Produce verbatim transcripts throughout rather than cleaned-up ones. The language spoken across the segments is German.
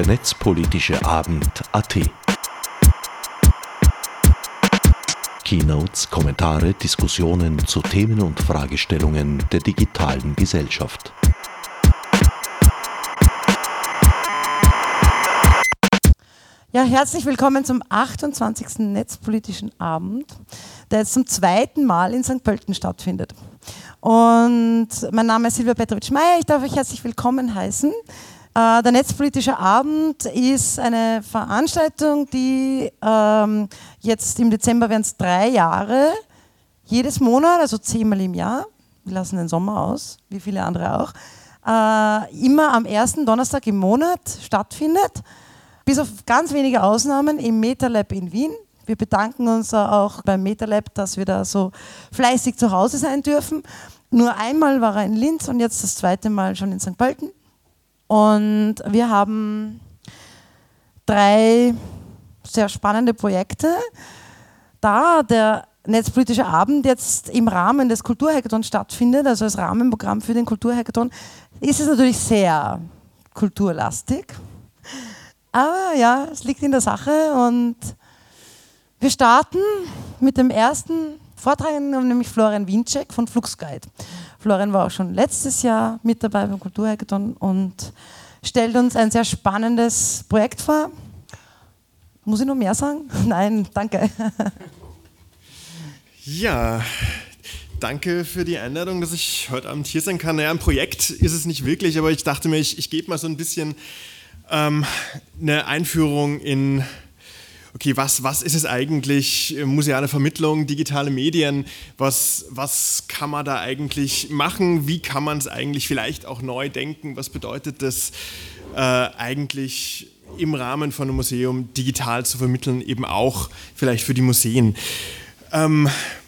der Netzpolitische Abend punkt a t. Keynotes, Kommentare, Diskussionen zu Themen und Fragestellungen der digitalen Gesellschaft. Ja, herzlich willkommen zum achtundzwanzigsten Netzpolitischen Abend, der jetzt zum zweiten Mal in Sankt Pölten stattfindet. Und mein Name ist Silvia Petrovic-Meyer, ich darf euch herzlich willkommen heißen. Äh, der Netzpolitische Abend ist eine Veranstaltung, die ähm, jetzt im Dezember werden es drei Jahre, jedes Monat, also zehnmal im Jahr, wir lassen den Sommer aus, wie viele andere auch, äh, immer am ersten Donnerstag im Monat stattfindet. Bis auf ganz wenige Ausnahmen im MetaLab in Wien. Wir bedanken uns auch beim MetaLab, dass wir da so fleißig zu Hause sein dürfen. Nur einmal war er in Linz und jetzt das zweite Mal schon in Sankt Pölten. Und wir haben drei sehr spannende Projekte. Da der Netzpolitische Abend jetzt im Rahmen des Kulturhackathons stattfindet, also als Rahmenprogramm für den Kulturhackathon, ist es natürlich sehr kulturlastig. Aber ja, es liegt in der Sache und wir starten mit dem ersten Vortragenden, nämlich Florian Winczek von Fluxguide. Florian war auch schon letztes Jahr mit dabei beim Kulturhackathon und stellt uns ein sehr spannendes Projekt vor. Muss ich noch mehr sagen? Nein, danke. Ja, danke für die Einladung, dass ich heute Abend hier sein kann. Naja, ein Projekt ist es nicht wirklich, aber ich dachte mir, ich, ich gebe mal so ein bisschen ähm, eine Einführung in, okay, was, was ist es eigentlich, museale Vermittlung, digitale Medien, was, was kann man da eigentlich machen, wie kann man es eigentlich vielleicht auch neu denken, was bedeutet das äh, eigentlich im Rahmen von einem Museum digital zu vermitteln, eben auch vielleicht für die Museen. Ähm,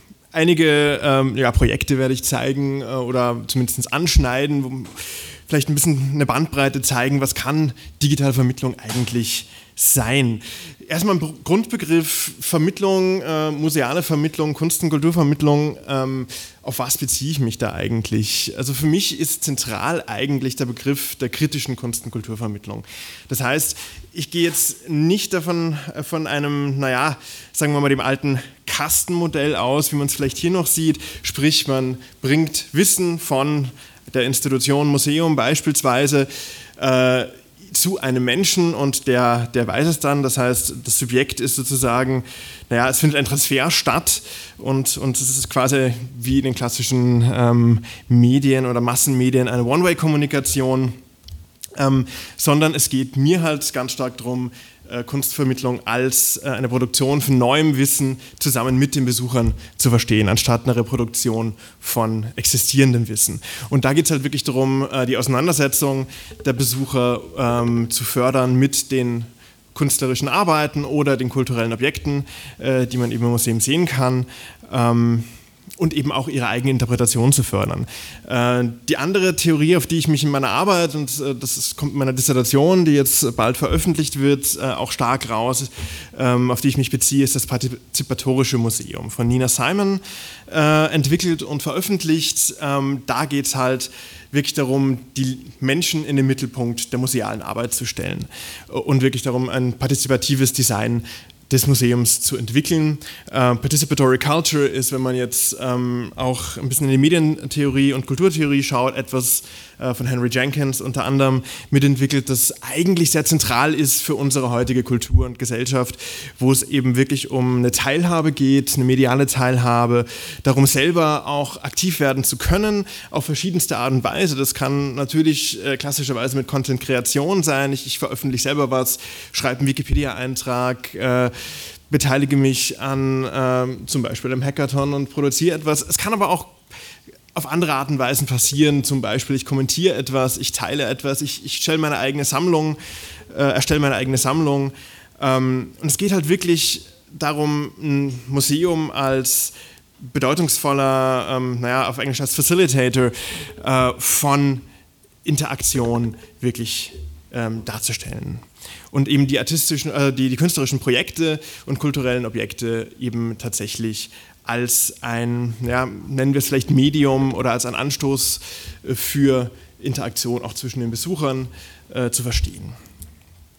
einige ähm, ja, Projekte werde ich zeigen äh, oder zumindest anschneiden, wo, vielleicht ein bisschen eine Bandbreite zeigen, was kann digitale Vermittlung eigentlich sein. Erstmal ein Grundbegriff, Vermittlung, äh, museale Vermittlung, Kunst- und Kulturvermittlung, ähm, auf was beziehe ich mich da eigentlich? Also für mich ist zentral eigentlich der Begriff der kritischen Kunst- und Kulturvermittlung. Das heißt, ich gehe jetzt nicht davon von einem, naja, sagen wir mal dem alten Kastenmodell aus, wie man es vielleicht hier noch sieht, sprich man bringt Wissen von der Institution Museum beispielsweise äh, zu einem Menschen und der, der weiß es dann, das heißt, das Subjekt ist sozusagen, naja, es findet ein Transfer statt und, und es ist quasi wie in den klassischen ähm, Medien oder Massenmedien eine One-Way-Kommunikation, ähm, sondern es geht mir halt ganz stark darum, äh, Kunstvermittlung als äh, eine Produktion von neuem Wissen zusammen mit den Besuchern zu verstehen, anstatt eine Reproduktion von existierendem Wissen. Und da geht es halt wirklich darum, äh, die Auseinandersetzung der Besucher ähm, zu fördern mit den künstlerischen Arbeiten oder den kulturellen Objekten, äh, die man eben im Museum sehen kann. Ähm, und eben auch ihre eigene Interpretation zu fördern. Äh, die andere Theorie, auf die ich mich in meiner Arbeit, und äh, das ist, kommt in meiner Dissertation, die jetzt bald veröffentlicht wird, äh, auch stark raus, ähm, auf die ich mich beziehe, ist das Partizipatorische Museum von Nina Simon äh, entwickelt und veröffentlicht. Ähm, da geht es halt wirklich darum, die Menschen in den Mittelpunkt der musealen Arbeit zu stellen und wirklich darum, ein partizipatives Design des Museums zu entwickeln. Uh, Participatory Culture ist, wenn man jetzt ähm, auch ein bisschen in die Medientheorie und Kulturtheorie schaut, etwas äh, von Henry Jenkins unter anderem mitentwickelt, das eigentlich sehr zentral ist für unsere heutige Kultur und Gesellschaft, wo es eben wirklich um eine Teilhabe geht, eine mediale Teilhabe, darum selber auch aktiv werden zu können, auf verschiedenste Art und Weise. Das kann natürlich äh, klassischerweise mit Content-Kreation sein. Ich, ich veröffentliche selber was, schreibe einen Wikipedia-Eintrag, äh, beteilige mich an äh, zum Beispiel einem Hackathon und produziere etwas. Es kann aber auch auf andere Arten und Weisen passieren. Zum Beispiel, ich kommentiere etwas, ich teile etwas, ich, ich stelle meine eigene Sammlung, äh, erstelle meine eigene Sammlung. Ähm, und es geht halt wirklich darum, ein Museum als bedeutungsvoller, ähm, naja, auf Englisch als Facilitator äh, von Interaktion wirklich ähm, darzustellen. Und eben die artistischen, äh, die, die künstlerischen Projekte und kulturellen Objekte eben tatsächlich als ein, ja, nennen wir es vielleicht Medium oder als ein Anstoß für Interaktion auch zwischen den Besuchern äh, zu verstehen.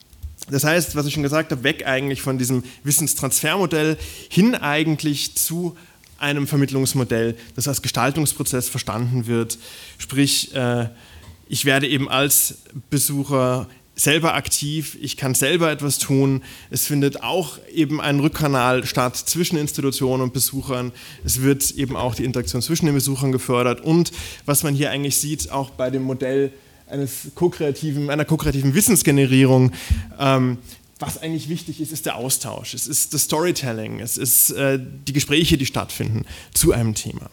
Das heißt, was ich schon gesagt habe, weg eigentlich von diesem Wissenstransfermodell hin eigentlich zu einem Vermittlungsmodell, das als Gestaltungsprozess verstanden wird. Sprich, äh, ich werde eben als Besucher selber aktiv, ich kann selber etwas tun. Es findet auch eben ein Rückkanal statt zwischen Institutionen und Besuchern. Es wird eben auch die Interaktion zwischen den Besuchern gefördert. Und was man hier eigentlich sieht, auch bei dem Modell eines ko-kreativen, einer ko-kreativen Wissensgenerierung, ähm, was eigentlich wichtig ist, ist der Austausch. Es ist das Storytelling, es ist äh, die Gespräche, die stattfinden zu einem Thema.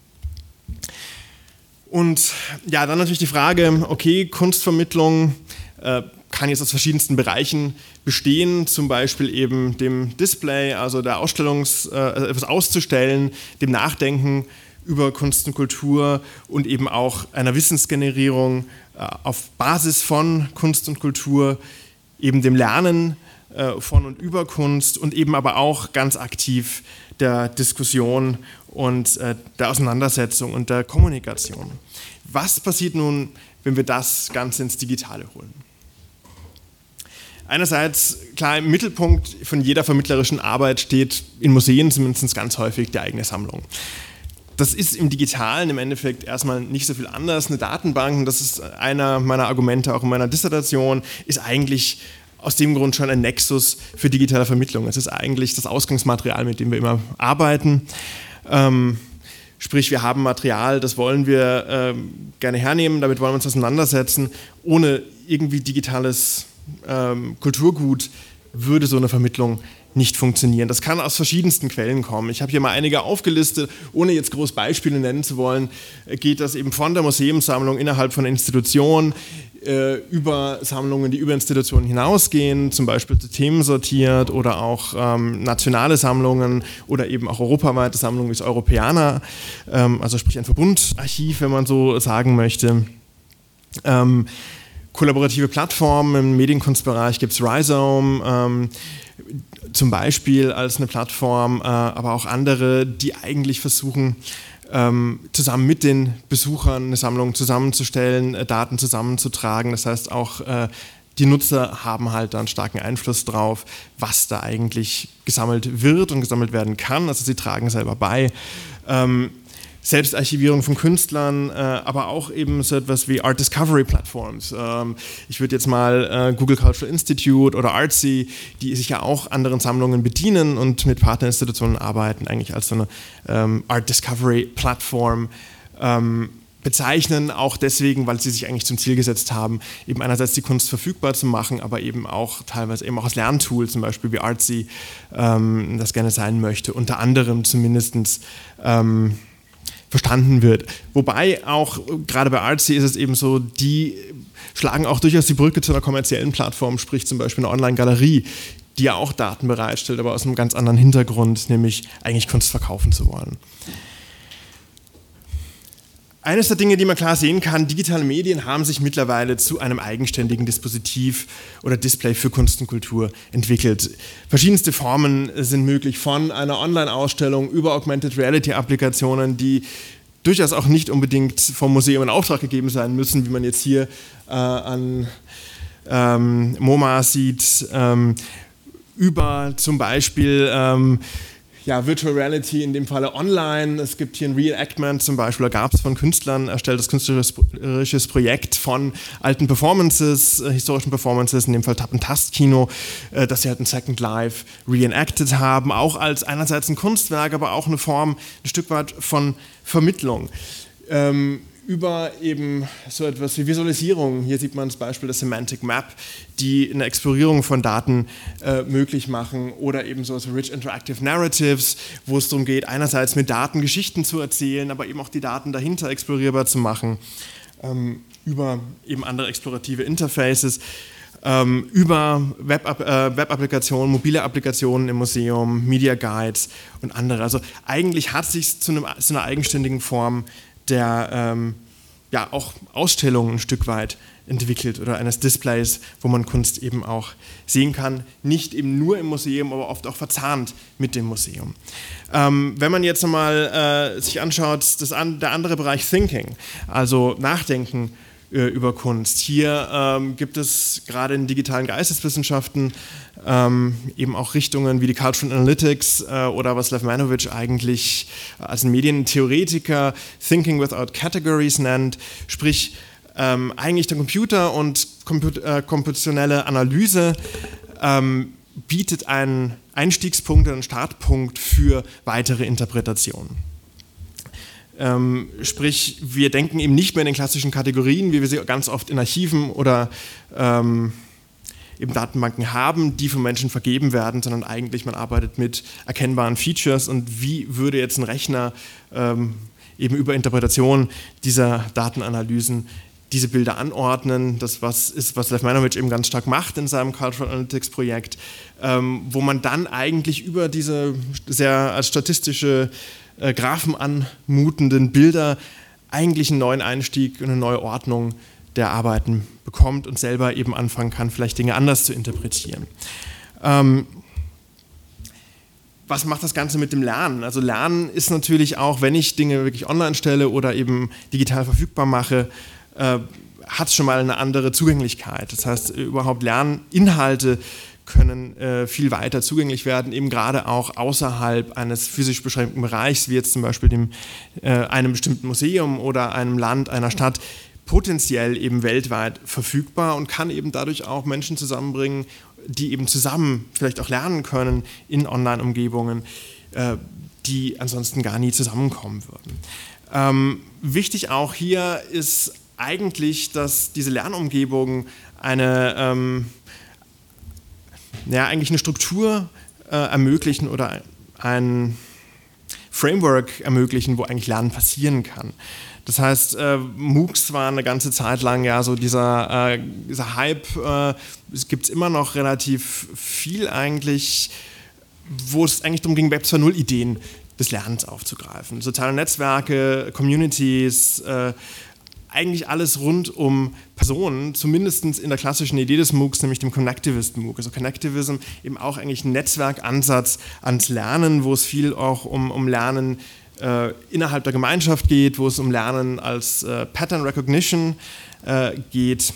Und ja, dann natürlich die Frage, okay, Kunstvermittlung äh, kann jetzt aus verschiedensten Bereichen bestehen, zum Beispiel eben dem Display, also der Ausstellungs, äh, etwas auszustellen, dem Nachdenken über Kunst und Kultur und eben auch einer Wissensgenerierung äh, auf Basis von Kunst und Kultur, eben dem Lernen äh, von und über Kunst und eben aber auch ganz aktiv der Diskussion und äh, der Auseinandersetzung und der Kommunikation. Was passiert nun, wenn wir das Ganze ins Digitale holen? Einerseits, klar, im Mittelpunkt von jeder vermittlerischen Arbeit steht in Museen zumindest ganz häufig die eigene Sammlung. Das ist im Digitalen im Endeffekt erstmal nicht so viel anders. Eine Datenbank, und das ist einer meiner Argumente auch in meiner Dissertation, ist eigentlich aus dem Grund schon ein Nexus für digitale Vermittlung. Es ist eigentlich das Ausgangsmaterial, mit dem wir immer arbeiten. Ähm, sprich, wir haben Material, das wollen wir ähm, gerne hernehmen, damit wollen wir uns auseinandersetzen. Ohne irgendwie digitales ähm, Kulturgut würde so eine Vermittlung nicht funktionieren. Das kann aus verschiedensten Quellen kommen. Ich habe hier mal einige aufgelistet, ohne jetzt groß Beispiele nennen zu wollen, geht das eben von der Museumssammlung innerhalb von Institutionen äh, über Sammlungen, die über Institutionen hinausgehen, zum Beispiel zu Themen sortiert oder auch ähm, nationale Sammlungen oder eben auch europaweite Sammlungen wie das Europäer, ähm, also sprich ein Verbundarchiv, wenn man so sagen möchte. Ähm, kollaborative Plattformen im Medienkunstbereich gibt es Rhizome, ähm, zum Beispiel als eine Plattform, äh, aber auch andere, die eigentlich versuchen, ähm, zusammen mit den Besuchern eine Sammlung zusammenzustellen, äh, Daten zusammenzutragen. Das heißt, auch äh, die Nutzer haben halt da einen starken Einfluss drauf, was da eigentlich gesammelt wird und gesammelt werden kann. Also sie tragen selber bei. Ähm, Selbstarchivierung von Künstlern, äh, aber auch eben so etwas wie Art Discovery Platforms. Ähm, ich würde jetzt mal äh, Google Cultural Institute oder Artsy, die sich ja auch anderen Sammlungen bedienen und mit Partnerinstitutionen arbeiten, eigentlich als so eine ähm, Art Discovery Plattform ähm, bezeichnen, auch deswegen, weil sie sich eigentlich zum Ziel gesetzt haben, eben einerseits die Kunst verfügbar zu machen, aber eben auch teilweise eben auch als Lerntool, zum Beispiel wie Artsy ähm, das gerne sein möchte, unter anderem zumindest ähm, verstanden wird. Wobei auch, gerade bei Artsy ist es eben so, die schlagen auch durchaus die Brücke zu einer kommerziellen Plattform, sprich zum Beispiel eine Online-Galerie, die ja auch Daten bereitstellt, aber aus einem ganz anderen Hintergrund, nämlich eigentlich Kunst verkaufen zu wollen. Eines der Dinge, die man klar sehen kann, digitale Medien haben sich mittlerweile zu einem eigenständigen Dispositiv oder Display für Kunst und Kultur entwickelt. Verschiedenste Formen sind möglich, von einer Online-Ausstellung über Augmented Reality-Applikationen, die durchaus auch nicht unbedingt vom Museum in Auftrag gegeben sein müssen, wie man jetzt hier äh, an ähm, MoMA sieht, ähm, über zum Beispiel ähm, ja, Virtual Reality, in dem Falle online. Es gibt hier ein Reenactment zum Beispiel, da gab es von Künstlern erstelltes künstlerisches Projekt von alten Performances, äh, historischen Performances, in dem Fall Tap-and-Tast-Kino, äh, dass sie halt ein Second Life reenacted haben, auch als einerseits ein Kunstwerk, aber auch eine Form, ein Stück weit von Vermittlung. Ähm, über eben so etwas wie Visualisierung. Hier sieht man das Beispiel der Semantic Map, die eine Explorierung von Daten äh, möglich machen, oder eben so Rich Interactive Narratives, wo es darum geht, einerseits mit Daten Geschichten zu erzählen, aber eben auch die Daten dahinter explorierbar zu machen, ähm, über eben andere explorative Interfaces, ähm, über Web, äh, Web-Applikationen, mobile Applikationen im Museum, Media Guides und andere. Also eigentlich hat sich zu, einem, zu einer eigenständigen Form der ähm, ja auch Ausstellungen ein Stück weit entwickelt oder eines Displays, wo man Kunst eben auch sehen kann, nicht eben nur im Museum, aber oft auch verzahnt mit dem Museum. Ähm, wenn man jetzt nochmal äh, sich anschaut, das an, der andere Bereich Thinking, also Nachdenken äh, über Kunst. Hier ähm, gibt es gerade in digitalen Geisteswissenschaften ähm, eben auch Richtungen wie die Cultural Analytics äh, oder was Levmanovic eigentlich als ein Medientheoretiker Thinking Without Categories nennt, sprich ähm, eigentlich der Computer und Comput äh, komputationelle Analyse ähm, bietet einen Einstiegspunkt, einen Startpunkt für weitere Interpretationen. Ähm, sprich, wir denken eben nicht mehr in den klassischen Kategorien, wie wir sie ganz oft in Archiven oder ähm, eben Datenbanken haben, die von Menschen vergeben werden, sondern eigentlich man arbeitet mit erkennbaren Features und wie würde jetzt ein Rechner ähm, eben über Interpretation dieser Datenanalysen diese Bilder anordnen. Das was ist, was Levmanovic eben ganz stark macht in seinem Cultural Analytics Projekt, ähm, wo man dann eigentlich über diese sehr als statistische äh, Graphen anmutenden Bilder eigentlich einen neuen Einstieg und eine neue Ordnung der Arbeiten bekommt und selber eben anfangen kann, vielleicht Dinge anders zu interpretieren. Ähm, was macht das Ganze mit dem Lernen? Also Lernen ist natürlich auch, wenn ich Dinge wirklich online stelle oder eben digital verfügbar mache, äh, hat es schon mal eine andere Zugänglichkeit. Das heißt, überhaupt Lerninhalte können äh, viel weiter zugänglich werden, eben gerade auch außerhalb eines physisch beschränkten Bereichs, wie jetzt zum Beispiel dem, äh, einem bestimmten Museum oder einem Land, einer Stadt, potenziell eben weltweit verfügbar und kann eben dadurch auch Menschen zusammenbringen, die eben zusammen vielleicht auch lernen können in Online-Umgebungen, äh, die ansonsten gar nie zusammenkommen würden. Ähm, wichtig auch hier ist eigentlich, dass diese Lernumgebungen eine, ähm, ja, eigentlich eine Struktur äh, ermöglichen oder ein Framework ermöglichen, wo eigentlich Lernen passieren kann. Das heißt, äh, MOOCs waren eine ganze Zeit lang ja so dieser, äh, dieser Hype, äh, es gibt es immer noch relativ viel eigentlich, wo es eigentlich darum ging, Web zwei Punkt null Ideen des Lernens aufzugreifen. Soziale Netzwerke, Communities, äh, eigentlich alles rund um Personen, zumindest in der klassischen Idee des MOOCs, nämlich dem Connectivist MOOC. Also Connectivism eben auch eigentlich ein Netzwerkansatz ans Lernen, wo es viel auch um, um Lernen äh, innerhalb der Gemeinschaft geht, wo es um Lernen als äh, Pattern Recognition äh, geht.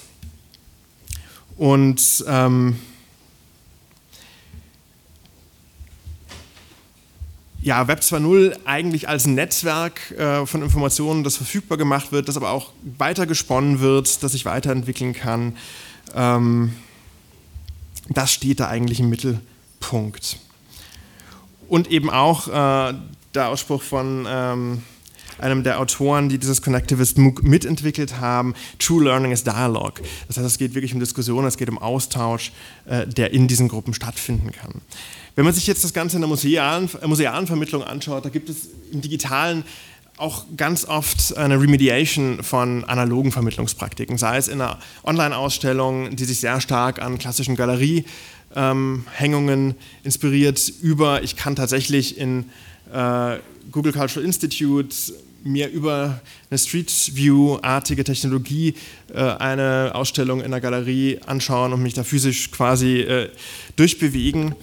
Und ähm, ja, Web zwei Punkt null eigentlich als Netzwerk äh, von Informationen, das verfügbar gemacht wird, das aber auch weiter gesponnen wird, das sich weiterentwickeln kann, ähm, das steht da eigentlich im Mittelpunkt. Und eben auch äh, der Ausspruch von ähm, einem der Autoren, die dieses Connectivist MOOC mitentwickelt haben, True Learning is Dialogue. Das heißt, es geht wirklich um Diskussion, es geht um Austausch, äh, der in diesen Gruppen stattfinden kann. Wenn man sich jetzt das Ganze in der musealen, äh, musealen Vermittlung anschaut, da gibt es im Digitalen auch ganz oft eine Remediation von analogen Vermittlungspraktiken, sei es in einer Online-Ausstellung, die sich sehr stark an klassischen Galeriehängungen ähm, inspiriert, über, ich kann tatsächlich in äh, Google Cultural Institute mir über eine Street View-artige Technologie äh, eine Ausstellung in der Galerie anschauen und mich da physisch quasi äh, durchbewegen.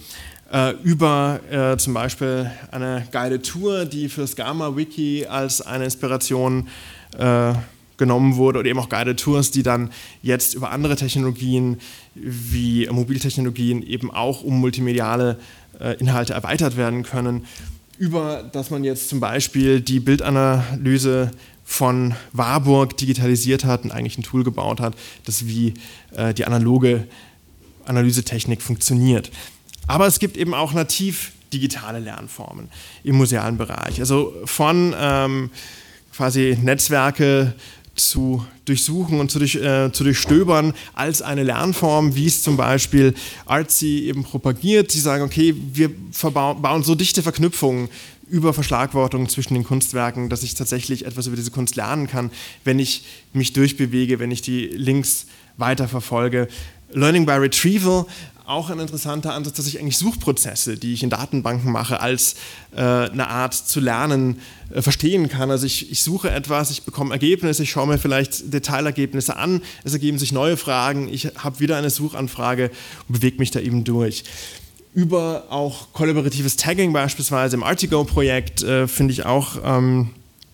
Über äh, zum Beispiel eine Guided Tour, die fürs Gamma-Wiki als eine Inspiration äh, genommen wurde, oder eben auch Guided Tours, die dann jetzt über andere Technologien wie Mobiltechnologien eben auch um multimediale äh, Inhalte erweitert werden können, über dass man jetzt zum Beispiel die Bildanalyse von Warburg digitalisiert hat und eigentlich ein Tool gebaut hat, das wie äh, die analoge Analysetechnik funktioniert. Aber es gibt eben auch nativ digitale Lernformen im musealen Bereich. Also von ähm, quasi Netzwerke zu durchsuchen und zu, durch, äh, zu durchstöbern als eine Lernform, wie es zum Beispiel Artsy eben propagiert. Die sagen, okay, wir bauen so dichte Verknüpfungen über Verschlagwortungen zwischen den Kunstwerken, dass ich tatsächlich etwas über diese Kunst lernen kann, wenn ich mich durchbewege, wenn ich die Links weiterverfolge. Learning by Retrieval, auch ein interessanter Ansatz, dass ich eigentlich Suchprozesse, die ich in Datenbanken mache, als äh, eine Art zu lernen äh, verstehen kann. Also ich, ich suche etwas, ich bekomme Ergebnisse, ich schaue mir vielleicht Detailergebnisse an, es ergeben sich neue Fragen, ich habe wieder eine Suchanfrage und bewege mich da eben durch. Über auch kollaboratives Tagging beispielsweise im Artigo-Projekt äh, finde ich auch ähm,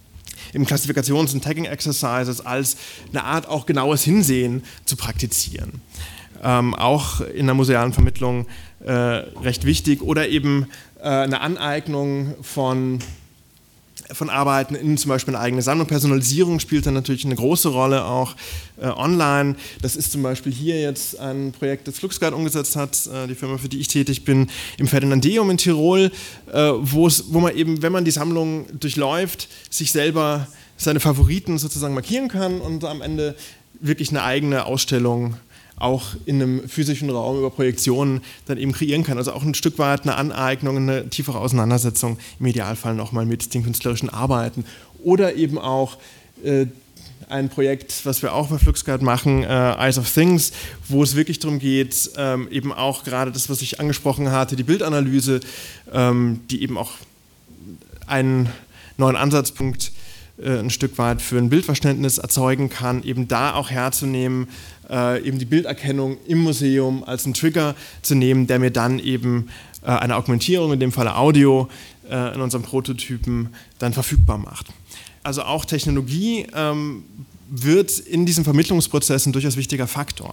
eben Klassifikations- und Tagging-Exercises als eine Art auch genaues Hinsehen zu praktizieren. Ähm, auch in der musealen Vermittlung äh, recht wichtig, oder eben äh, eine Aneignung von von Arbeiten in zum Beispiel eine eigene Sammlung. Personalisierung spielt dann natürlich eine große Rolle auch äh, online. Das ist zum Beispiel hier jetzt ein Projekt, das Fluxguide umgesetzt hat, äh, die Firma, für die ich tätig bin, im Ferdinandeum in Tirol, äh, wo man eben, wenn man die Sammlung durchläuft, sich selber seine Favoriten sozusagen markieren kann und am Ende wirklich eine eigene Ausstellung auch in einem physischen Raum über Projektionen dann eben kreieren kann. Also auch ein Stück weit eine Aneignung, eine tiefere Auseinandersetzung im Idealfall nochmal mit den künstlerischen Arbeiten. Oder eben auch äh, ein Projekt, was wir auch bei Fluxguide machen, äh, Eyes of Things, wo es wirklich darum geht, ähm, eben auch gerade das, was ich angesprochen hatte, die Bildanalyse, ähm, die eben auch einen neuen Ansatzpunkt äh, ein Stück weit für ein Bildverständnis erzeugen kann, eben da auch herzunehmen, äh, eben die Bilderkennung im Museum als einen Trigger zu nehmen, der mir dann eben äh, eine Augmentierung, in dem Falle Audio, äh, in unserem Prototypen dann verfügbar macht. Also auch Technologie ähm, wird in diesen Vermittlungsprozessen durchaus wichtiger Faktor.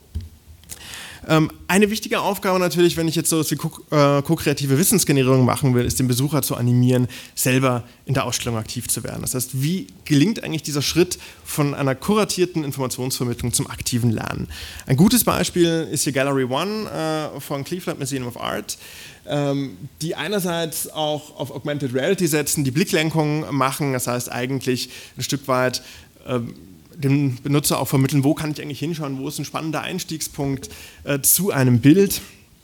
Ähm, eine wichtige Aufgabe natürlich, wenn ich jetzt so etwas wie ko-kreative Wissensgenerierung machen will, ist den Besucher zu animieren, selber in der Ausstellung aktiv zu werden. Das heißt, wie gelingt eigentlich dieser Schritt von einer kuratierten Informationsvermittlung zum aktiven Lernen? Ein gutes Beispiel ist hier Gallery One äh, von Cleveland Museum of Art, ähm, die einerseits auch auf Augmented Reality setzen, die Blicklenkung machen, das heißt eigentlich ein Stück weit ähm, dem Benutzer auch vermitteln, wo kann ich eigentlich hinschauen, wo ist ein spannender Einstiegspunkt äh, zu einem Bild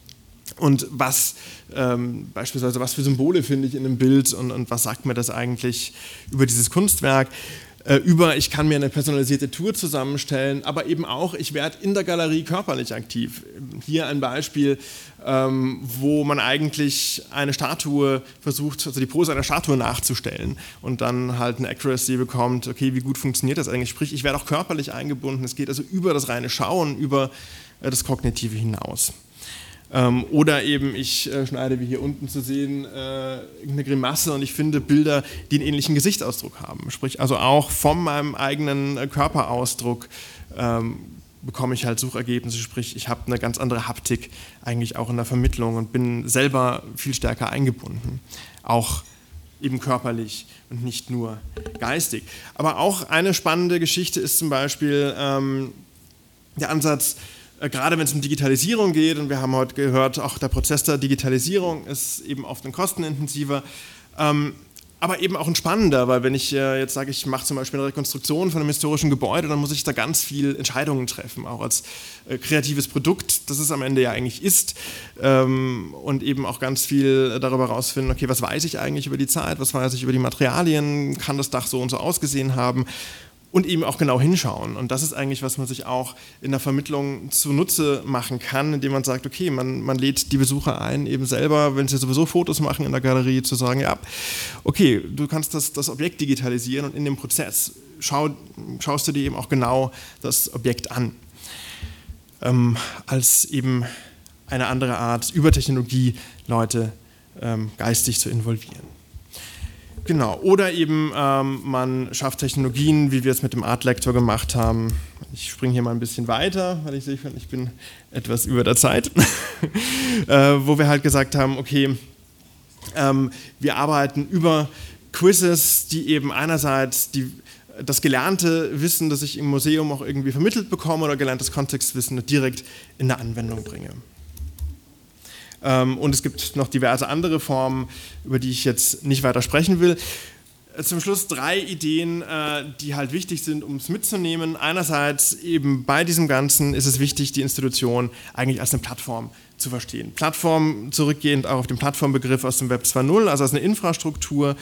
und was ähm, beispielsweise, was für Symbole finde ich in einem Bild und, und was sagt mir das eigentlich über dieses Kunstwerk. Äh, über, ich kann mir eine personalisierte Tour zusammenstellen, aber eben auch, ich werde in der Galerie körperlich aktiv. Hier ein Beispiel, ähm, wo man eigentlich eine Statue versucht, also die Pose einer Statue nachzustellen und dann halt eine Accuracy bekommt, okay, wie gut funktioniert das eigentlich? Sprich, ich werde auch körperlich eingebunden, es geht also über das reine Schauen, über äh, das Kognitive hinaus. Ähm, oder eben, ich äh, schneide, wie hier unten zu sehen, äh, eine Grimasse und ich finde Bilder, die einen ähnlichen Gesichtsausdruck haben. Sprich, also auch von meinem eigenen äh, Körperausdruck ähm, bekomme ich halt Suchergebnisse. Sprich, ich habe eine ganz andere Haptik eigentlich auch in der Vermittlung und bin selber viel stärker eingebunden. Auch eben körperlich und nicht nur geistig. Aber auch eine spannende Geschichte ist zum Beispiel ähm, der Ansatz, gerade wenn es um Digitalisierung geht, und wir haben heute gehört, auch der Prozess der Digitalisierung ist eben oft ein kostenintensiver, ähm, aber eben auch ein spannender, weil wenn ich äh, jetzt sage, ich mache zum Beispiel eine Rekonstruktion von einem historischen Gebäude, dann muss ich da ganz viel Entscheidungen treffen, auch als äh, kreatives Produkt, das es am Ende ja eigentlich ist, ähm, und eben auch ganz viel darüber herausfinden, okay, was weiß ich eigentlich über die Zeit, was weiß ich über die Materialien, kann das Dach so und so ausgesehen haben? Und eben auch genau hinschauen. Und das ist eigentlich, was man sich auch in der Vermittlung zunutze machen kann, indem man sagt, okay, man, man lädt die Besucher ein, eben selber, wenn sie sowieso Fotos machen in der Galerie, zu sagen, ja, okay, du kannst das, das Objekt digitalisieren und in dem Prozess schau, schaust du dir eben auch genau das Objekt an. Ähm, als eben eine andere Art, über Technologie Leute ähm, geistig zu involvieren. Genau, oder eben ähm, man schafft Technologien, wie wir es mit dem Art Lector gemacht haben. Ich springe hier mal ein bisschen weiter, weil ich sehe, ich bin etwas über der Zeit, äh, wo wir halt gesagt haben, okay, ähm, wir arbeiten über Quizzes, die eben einerseits die, das gelernte Wissen, das ich im Museum auch irgendwie vermittelt bekomme oder gelerntes Kontextwissen direkt in der Anwendung bringe. Und es gibt noch diverse andere Formen, über die ich jetzt nicht weiter sprechen will. Zum Schluss drei Ideen, die halt wichtig sind, um es mitzunehmen. Einerseits eben bei diesem Ganzen ist es wichtig, die Institution eigentlich als eine Plattform zu verstehen. Plattform zurückgehend auch auf den Plattformbegriff aus dem Web zwei Punkt null, also als eine Infrastruktur.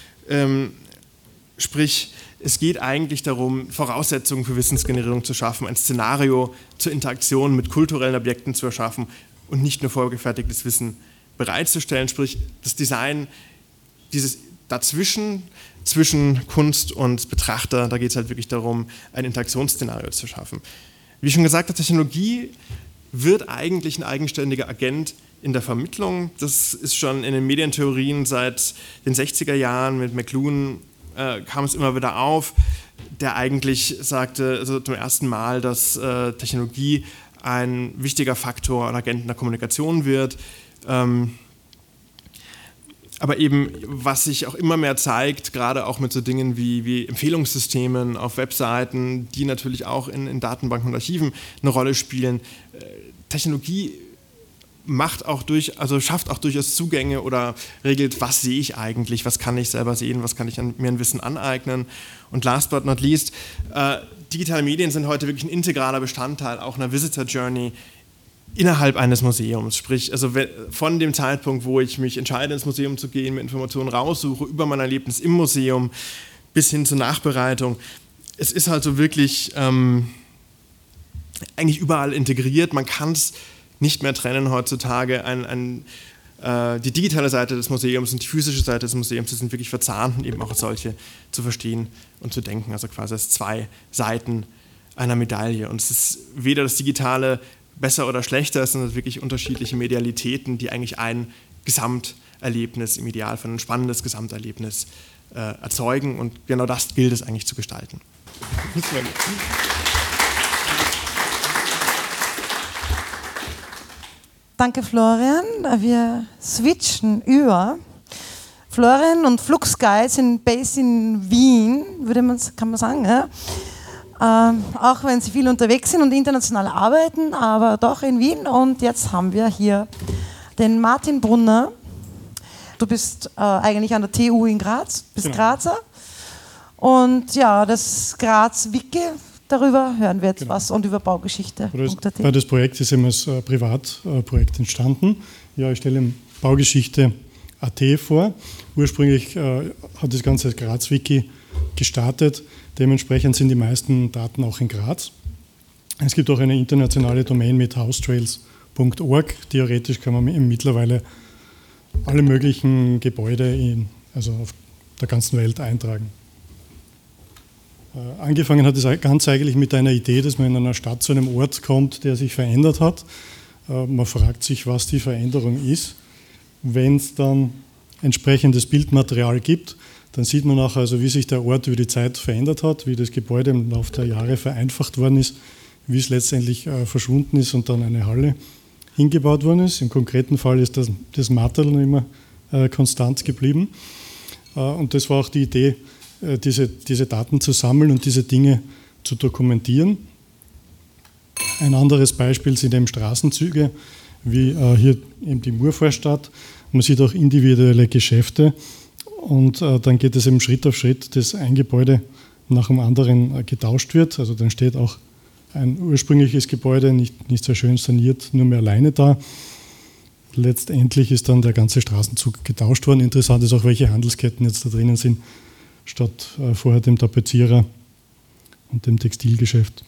Sprich, es geht eigentlich darum, Voraussetzungen für Wissensgenerierung zu schaffen, ein Szenario zur Interaktion mit kulturellen Objekten zu erschaffen, und nicht nur vorgefertigtes Wissen bereitzustellen, sprich das Design, dieses dazwischen, zwischen Kunst und Betrachter, da geht es halt wirklich darum, ein Interaktionsszenario zu schaffen. Wie schon gesagt, Technologie wird eigentlich ein eigenständiger Agent in der Vermittlung. Das ist schon in den Medientheorien seit den sechziger Jahren mit McLuhan äh, kam es immer wieder auf, der eigentlich sagte, also zum ersten Mal, dass äh, Technologie ein wichtiger Faktor und Agent in der Kommunikation wird. Ähm, aber eben, was sich auch immer mehr zeigt, gerade auch mit so Dingen wie, wie Empfehlungssystemen auf Webseiten, die natürlich auch in, in Datenbanken und Archiven eine Rolle spielen. Äh, Technologie macht auch durch, also schafft auch durchaus Zugänge oder regelt, was sehe ich eigentlich, was kann ich selber sehen, was kann ich an, mir an Wissen aneignen. Und last but not least, äh, digitale Medien sind heute wirklich ein integraler Bestandteil auch einer Visitor Journey innerhalb eines Museums. Sprich, also von dem Zeitpunkt, wo ich mich entscheide, ins Museum zu gehen, mir Informationen raussuche, über mein Erlebnis im Museum bis hin zur Nachbereitung. Es ist halt so wirklich ähm, eigentlich überall integriert. Man kann es nicht mehr trennen heutzutage. Ein, ein, äh, die digitale Seite des Museums und die physische Seite des Museums, die sind wirklich verzahnt und eben auch als solche zu verstehen und zu denken. Also quasi als zwei Seiten einer Medaille. Und es ist weder das Digitale besser oder schlechter, es sind wirklich unterschiedliche Medialitäten, die eigentlich ein Gesamterlebnis, im Idealfall ein spannendes Gesamterlebnis äh, erzeugen. Und genau das gilt es eigentlich zu gestalten. Danke, Florian. Wir switchen über. Florian und FluxSky sind based in Wien, würde man, kann man sagen. Ja? Ähm, auch wenn sie viel unterwegs sind und international arbeiten, aber doch in Wien. Und jetzt haben wir hier den Martin Brunner. Du bist äh, eigentlich an der T U in Graz, bist genau. Grazer. Und ja, das Graz-Wiki, darüber hören wir jetzt genau. was und über Baugeschichte. Das, das Projekt ist eben als äh, Privatprojekt äh, entstanden. Ja, ich stelle Baugeschichte Punkt a t vor. Ursprünglich äh, hat das Ganze als Graz-Wiki gestartet. Dementsprechend sind die meisten Daten auch in Graz. Es gibt auch eine internationale Domain mit housetrails punkt org. Theoretisch kann man mittlerweile alle möglichen Gebäude in, also auf der ganzen Welt eintragen. Äh, angefangen hat es ganz eigentlich mit einer Idee, dass man in einer Stadt zu einem Ort kommt, der sich verändert hat. Äh, man fragt sich, was die Veränderung ist. Wenn es dann entsprechendes Bildmaterial gibt, dann sieht man auch, also, wie sich der Ort über die Zeit verändert hat, wie das Gebäude im Laufe der Jahre vereinfacht worden ist, wie es letztendlich äh, verschwunden ist und dann eine Halle hingebaut worden ist. Im konkreten Fall ist das, das Marterl noch immer äh, konstant geblieben. Äh, und das war auch die Idee, äh, diese, diese Daten zu sammeln und diese Dinge zu dokumentieren. Ein anderes Beispiel sind eben Straßenzüge, wie äh, hier eben die Murvorstadt. Man sieht auch individuelle Geschäfte. Und äh, dann geht es eben Schritt auf Schritt, dass ein Gebäude nach dem anderen äh, getauscht wird. Also dann steht auch ein ursprüngliches Gebäude, nicht, nicht sehr schön saniert, nur mehr alleine da. Letztendlich ist dann der ganze Straßenzug getauscht worden. Interessant ist auch, welche Handelsketten jetzt da drinnen sind, statt äh, vorher dem Tapezierer und dem Textilgeschäft.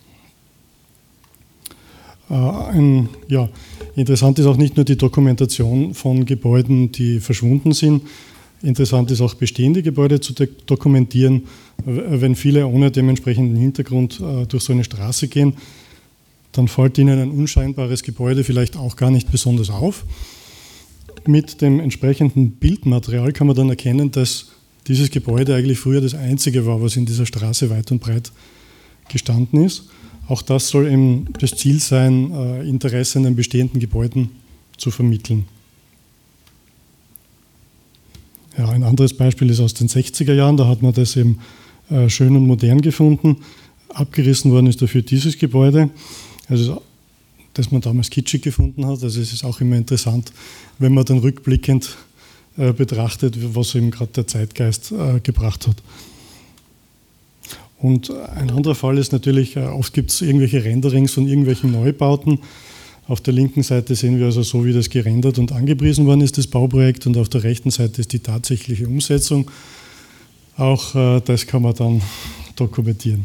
Äh, ein, ja, interessant ist auch nicht nur die Dokumentation von Gebäuden, die verschwunden sind. Interessant ist auch bestehende Gebäude zu dokumentieren. Wenn viele ohne dementsprechenden Hintergrund äh, durch so eine Straße gehen, dann fällt ihnen ein unscheinbares Gebäude vielleicht auch gar nicht besonders auf. Mit dem entsprechenden Bildmaterial kann man dann erkennen, dass dieses Gebäude eigentlich früher das einzige war, was in dieser Straße weit und breit gestanden ist. Auch das soll eben das Ziel sein, äh, Interesse an den bestehenden Gebäuden zu vermitteln. Ja, ein anderes Beispiel ist aus den sechziger Jahren, da hat man das eben äh, schön und modern gefunden. Abgerissen worden ist dafür dieses Gebäude, also, das man damals kitschig gefunden hat. Also es ist auch immer interessant, wenn man dann rückblickend äh, betrachtet, was eben gerade der Zeitgeist äh, gebracht hat. Und ein anderer Fall ist natürlich, äh, oft gibt es irgendwelche Renderings von irgendwelchen Neubauten. Auf der linken Seite sehen wir also so, wie das gerendert und angepriesen worden ist, das Bauprojekt, und auf der rechten Seite ist die tatsächliche Umsetzung. Auch äh, das kann man dann dokumentieren.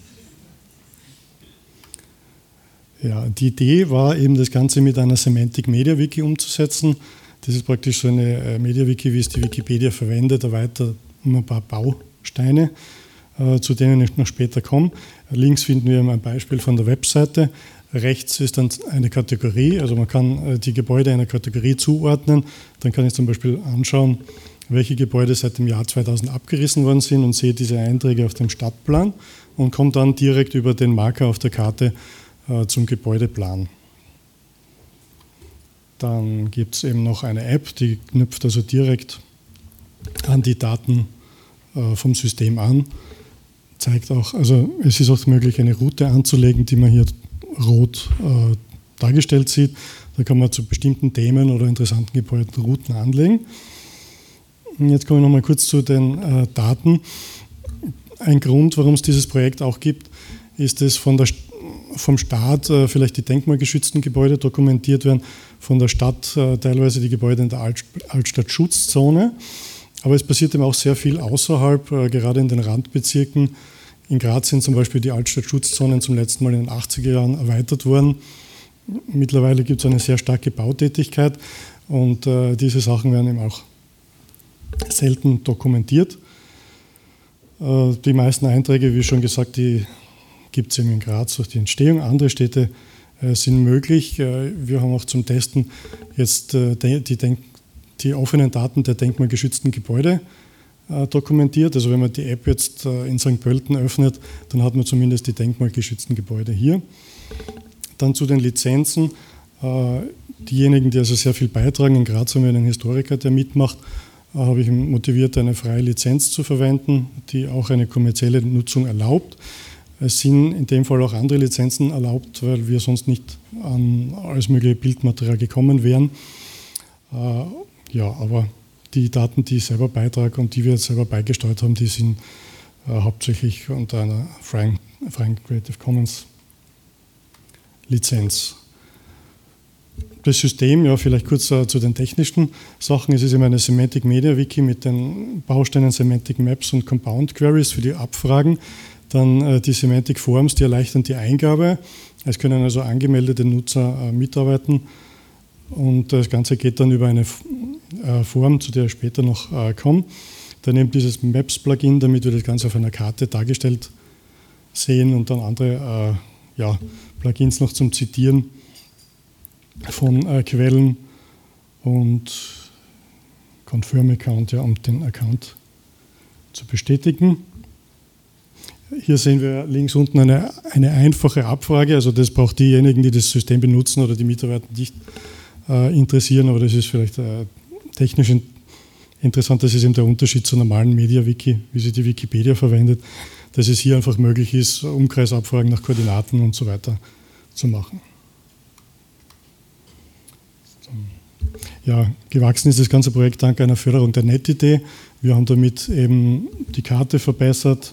Ja, die Idee war eben, das Ganze mit einer Semantic Media Wiki umzusetzen. Das ist praktisch so eine äh, Media Wiki, wie es die Wikipedia verwendet, erweitert um ein paar Bausteine, äh, zu denen ich noch später komme. Links finden wir ein Beispiel von der Webseite. Rechts ist dann eine Kategorie, also man kann die Gebäude einer Kategorie zuordnen. Dann kann ich zum Beispiel anschauen, welche Gebäude seit dem Jahr zweitausend abgerissen worden sind und sehe diese Einträge auf dem Stadtplan und komme dann direkt über den Marker auf der Karte äh, zum Gebäudeplan. Dann gibt es eben noch eine App, die knüpft also direkt an die Daten äh, vom System an. Zeigt auch, also es ist auch möglich, eine Route anzulegen, die man hier rot äh, dargestellt sieht. Da kann man zu bestimmten Themen oder interessanten Gebäuden Routen anlegen. Und jetzt komme ich noch mal kurz zu den äh, Daten. Ein Grund, warum es dieses Projekt auch gibt, ist, dass von der, vom Staat äh, vielleicht die denkmalgeschützten Gebäude dokumentiert werden, von der Stadt äh, teilweise die Gebäude in der Alt, Altstadtschutzzone. Aber es passiert eben auch sehr viel außerhalb, äh, gerade in den Randbezirken. In Graz sind zum Beispiel die Altstadtschutzzonen zum letzten Mal in den achtziger Jahren erweitert worden. Mittlerweile gibt es eine sehr starke Bautätigkeit und äh, diese Sachen werden eben auch selten dokumentiert. Äh, die meisten Einträge, wie schon gesagt, die gibt es eben in Graz durch die Entstehung. Andere Städte äh, sind möglich. Äh, wir haben auch zum Testen jetzt äh, die, Denk- die offenen Daten der denkmalgeschützten Gebäude äh, dokumentiert. Also wenn man die App jetzt äh, in Sankt Pölten öffnet, dann hat man zumindest die denkmalgeschützten Gebäude hier. Dann zu den Lizenzen. Äh, diejenigen, die also sehr viel beitragen, in Graz haben wir einen Historiker, der mitmacht, äh, habe ich motiviert, eine freie Lizenz zu verwenden, die auch eine kommerzielle Nutzung erlaubt. Es sind in dem Fall auch andere Lizenzen erlaubt, weil wir sonst nicht an alles mögliche Bildmaterial gekommen wären. Äh, ja, aber die Daten, die ich selber beitrage und die wir jetzt selber beigesteuert haben, die sind äh, hauptsächlich unter einer freien, freien Creative Commons Lizenz. Das System, ja, vielleicht kurz äh, zu den technischen Sachen. Es ist immer eine Semantic Media Wiki mit den Bausteinen Semantic Maps und Compound Queries für die Abfragen. Dann äh, die Semantic Forms, die erleichtern die Eingabe. Es können also angemeldete Nutzer äh, mitarbeiten. Und das Ganze geht dann über eine äh, Form, zu der ich später noch äh, komme. Daneben dieses Maps-Plugin, damit wir das Ganze auf einer Karte dargestellt sehen und dann andere äh, ja, Plugins noch zum Zitieren von äh, Quellen und Confirm Account, ja, um den Account zu bestätigen. Hier sehen wir links unten eine, eine einfache Abfrage, also das braucht diejenigen, die das System benutzen oder die Mitarbeiter nicht äh, interessieren, aber das ist vielleicht äh, technisch in, interessant, das ist eben der Unterschied zur normalen Media-Wiki, wie sie die Wikipedia verwendet, dass es hier einfach möglich ist, Umkreisabfragen nach Koordinaten und so weiter zu machen. Ja, gewachsen ist das ganze Projekt dank einer Förderung der NetID. Wir haben damit eben die Karte verbessert.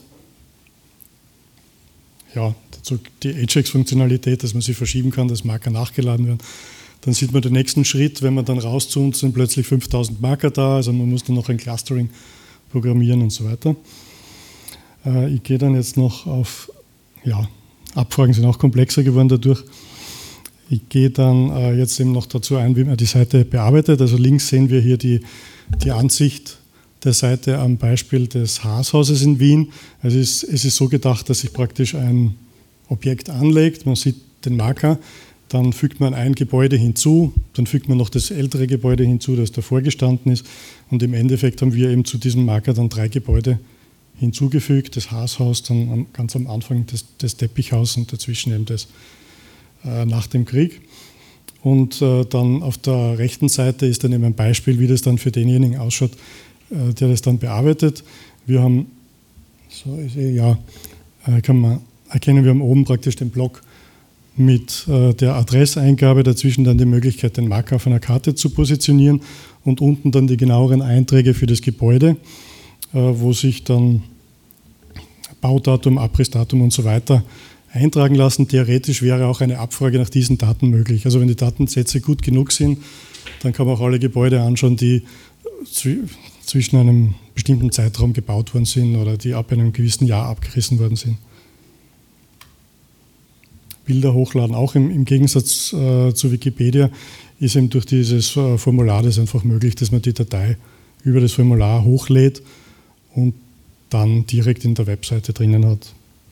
Ja, dazu die Ajax-Funktionalität, dass man sie verschieben kann, dass Marker nachgeladen werden. Dann sieht man den nächsten Schritt, wenn man dann rauszoomt, sind plötzlich fünftausend Marker da, also man muss dann noch ein Clustering programmieren und so weiter. Äh, ich gehe dann jetzt noch auf, ja, Abfragen sind auch komplexer geworden dadurch. Ich gehe dann äh, jetzt eben noch dazu ein, wie man die Seite bearbeitet. Also links sehen wir hier die, die Ansicht der Seite am Beispiel des Haashauses in Wien. Also es ist, es ist so gedacht, dass sich praktisch ein Objekt anlegt, man sieht den Marker, dann fügt man ein Gebäude hinzu, dann fügt man noch das ältere Gebäude hinzu, das davor gestanden ist und im Endeffekt haben wir eben zu diesem Marker dann drei Gebäude hinzugefügt, das Haashaus dann am, ganz am Anfang das, das Teppichhaus und dazwischen eben das äh, nach dem Krieg. Und äh, dann auf der rechten Seite ist dann eben ein Beispiel, wie das dann für denjenigen ausschaut, äh, der das dann bearbeitet. Wir haben, so ist eh, ja, äh, kann man erkennen, wir haben oben praktisch den Block mit äh, der Adresseingabe, dazwischen dann die Möglichkeit, den Marker auf einer Karte zu positionieren und unten dann die genaueren Einträge für das Gebäude, äh, wo sich dann Baudatum, Abrissdatum und so weiter eintragen lassen. Theoretisch wäre auch eine Abfrage nach diesen Daten möglich. Also wenn die Datensätze gut genug sind, dann kann man auch alle Gebäude anschauen, die zw- zwischen einem bestimmten Zeitraum gebaut worden sind oder die ab einem gewissen Jahr abgerissen worden sind. Bilder hochladen, auch im, im Gegensatz äh, zu Wikipedia, ist eben durch dieses äh, Formular das einfach möglich, dass man die Datei über das Formular hochlädt und dann direkt in der Webseite drinnen hat.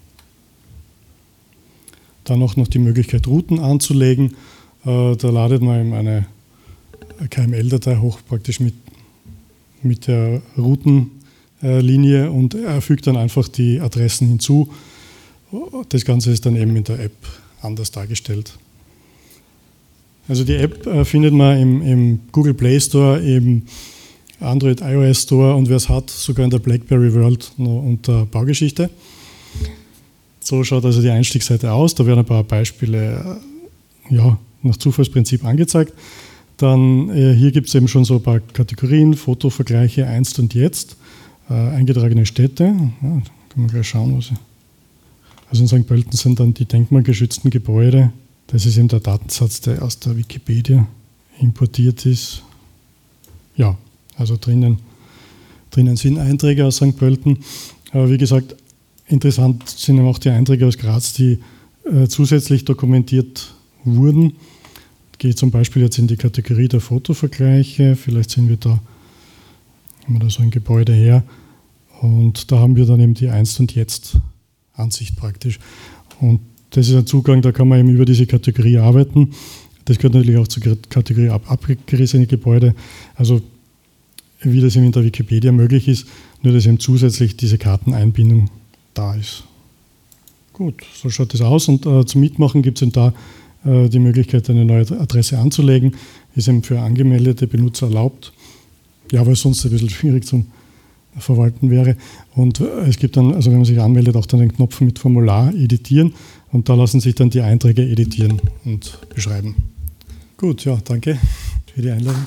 Dann auch noch die Möglichkeit, Routen anzulegen. Äh, da ladet man eben eine K M L-Datei hoch, praktisch mit, mit der Routenlinie und er fügt dann einfach die Adressen hinzu. Das Ganze ist dann eben in der App anders dargestellt. Also die App äh, findet man im, im Google Play Store, im Android iOS Store und wer es hat, sogar in der BlackBerry World noch unter Baugeschichte. So schaut also die Einstiegsseite aus. Da werden ein paar Beispiele äh, ja, nach Zufallsprinzip angezeigt. Dann äh, hier gibt es eben schon so ein paar Kategorien, Fotovergleiche, einst und jetzt, äh, eingetragene Städte. Ja, da können wir gleich schauen, was ich. Also in Sankt Pölten sind dann die denkmalgeschützten Gebäude. Das ist eben der Datensatz, der aus der Wikipedia importiert ist. Ja, also drinnen, drinnen sind Einträge aus Sankt Pölten. Aber wie gesagt, interessant sind eben auch die Einträge aus Graz, die äh, zusätzlich dokumentiert wurden. Gehe zum Beispiel jetzt in die Kategorie der Fotovergleiche. Vielleicht sehen wir da, haben wir da so ein Gebäude her. Und da haben wir dann eben die Einst- und Jetzt-Ansicht praktisch. Und das ist ein Zugang, da kann man eben über diese Kategorie arbeiten. Das gehört natürlich auch zur Kategorie ab, abgerissene Gebäude. Also wie das eben in der Wikipedia möglich ist, nur dass eben zusätzlich diese Karteneinbindung da ist. Gut, so schaut das aus. Und äh, zum Mitmachen gibt es eben da äh, die Möglichkeit, eine neue Adresse anzulegen. Ist eben für angemeldete Benutzer erlaubt. Ja, weil es sonst ein bisschen schwierig zum Verwalten wäre. Und äh, es gibt dann, also wenn man sich anmeldet, auch dann den Knopf mit Formular editieren. Und da lassen sich dann die Einträge editieren und beschreiben. Gut, ja, danke für die Einladung.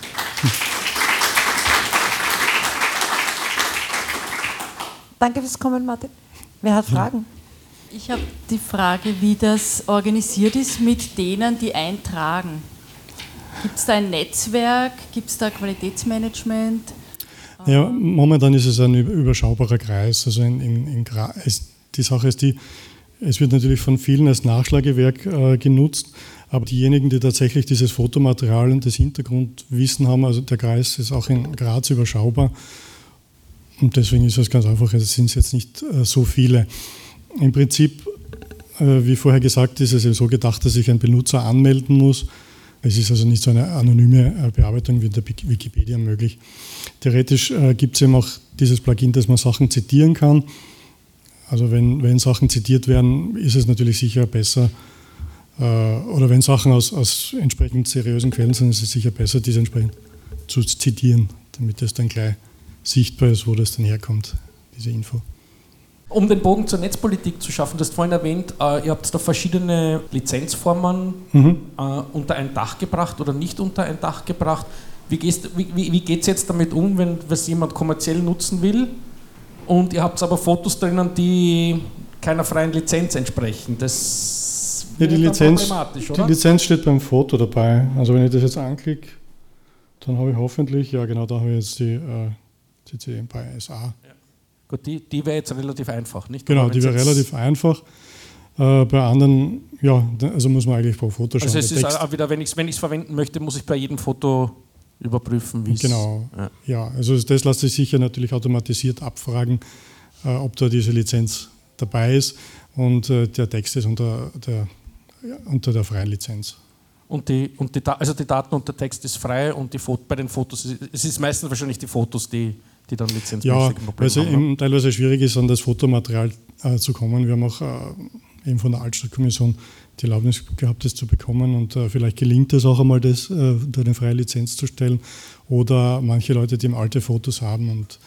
Danke fürs Kommen, Martin. Wer hat Fragen? Ich habe die Frage, wie das organisiert ist mit denen, die eintragen. Gibt es da ein Netzwerk? Gibt es da Qualitätsmanagement? Ja, momentan ist es ein überschaubarer Kreis. Also in, in, in Gra- es, die Sache ist die, es wird natürlich von vielen als Nachschlagewerk äh, genutzt, aber diejenigen, die tatsächlich dieses Fotomaterial und das Hintergrundwissen haben, also der Kreis ist auch in Graz überschaubar und deswegen ist es ganz einfach, es sind jetzt nicht äh, so viele. Im Prinzip, äh, wie vorher gesagt, ist es eben so gedacht, dass sich ein Benutzer anmelden muss. Es ist also nicht so eine anonyme äh, Bearbeitung wie in der Wikipedia möglich. Theoretisch äh, gibt es eben auch dieses Plugin, dass man Sachen zitieren kann. Also wenn, wenn Sachen zitiert werden, ist es natürlich sicher besser, äh, oder wenn Sachen aus, aus entsprechend seriösen Quellen sind, ist es sicher besser, diese entsprechend zu zitieren, damit es dann gleich sichtbar ist, wo das dann herkommt, diese Info. Um den Bogen zur Netzpolitik zu schaffen, du hast vorhin erwähnt, äh, ihr habt da verschiedene Lizenzformen mhm. äh, unter ein Dach gebracht oder nicht unter ein Dach gebracht. Wie, wie, wie, wie geht es jetzt damit um, wenn es jemand kommerziell nutzen will? Und ihr habt aber Fotos drinnen, die keiner freien Lizenz entsprechen. Das ja, die Lizenz, problematisch, oder? Die Lizenz steht beim Foto dabei. Also wenn ich das jetzt anklicke, dann habe ich hoffentlich, ja genau, da habe ich jetzt die äh, C C bei S A. Ja. Gut, die, die wäre jetzt relativ einfach, nicht? Genau, die wäre relativ einfach. Äh, bei anderen, ja, also muss man eigentlich pro Foto schauen. Also es ist auch wieder, wenn ich es wenn verwenden möchte, muss ich bei jedem Foto überprüfen, wie es... Genau, ja. ja, also das lässt sich sicher natürlich automatisiert abfragen, äh, ob da diese Lizenz dabei ist und äh, der Text ist unter der, ja, unter der freien Lizenz. Und die, und die, also die Daten und der Text ist frei und die Foto, bei den Fotos, es ist meistens wahrscheinlich die Fotos, die, die dann lizenzmäßig ja, ein Problem weil es haben. eben teilweise schwierig ist, an das Fotomaterial äh, zu kommen. Wir haben auch äh, eben von der Altstadtkommission die Erlaubnis gehabt, das zu bekommen und äh, vielleicht gelingt es auch einmal, das äh, unter eine freie Lizenz zu stellen oder manche Leute, die eben alte Fotos haben und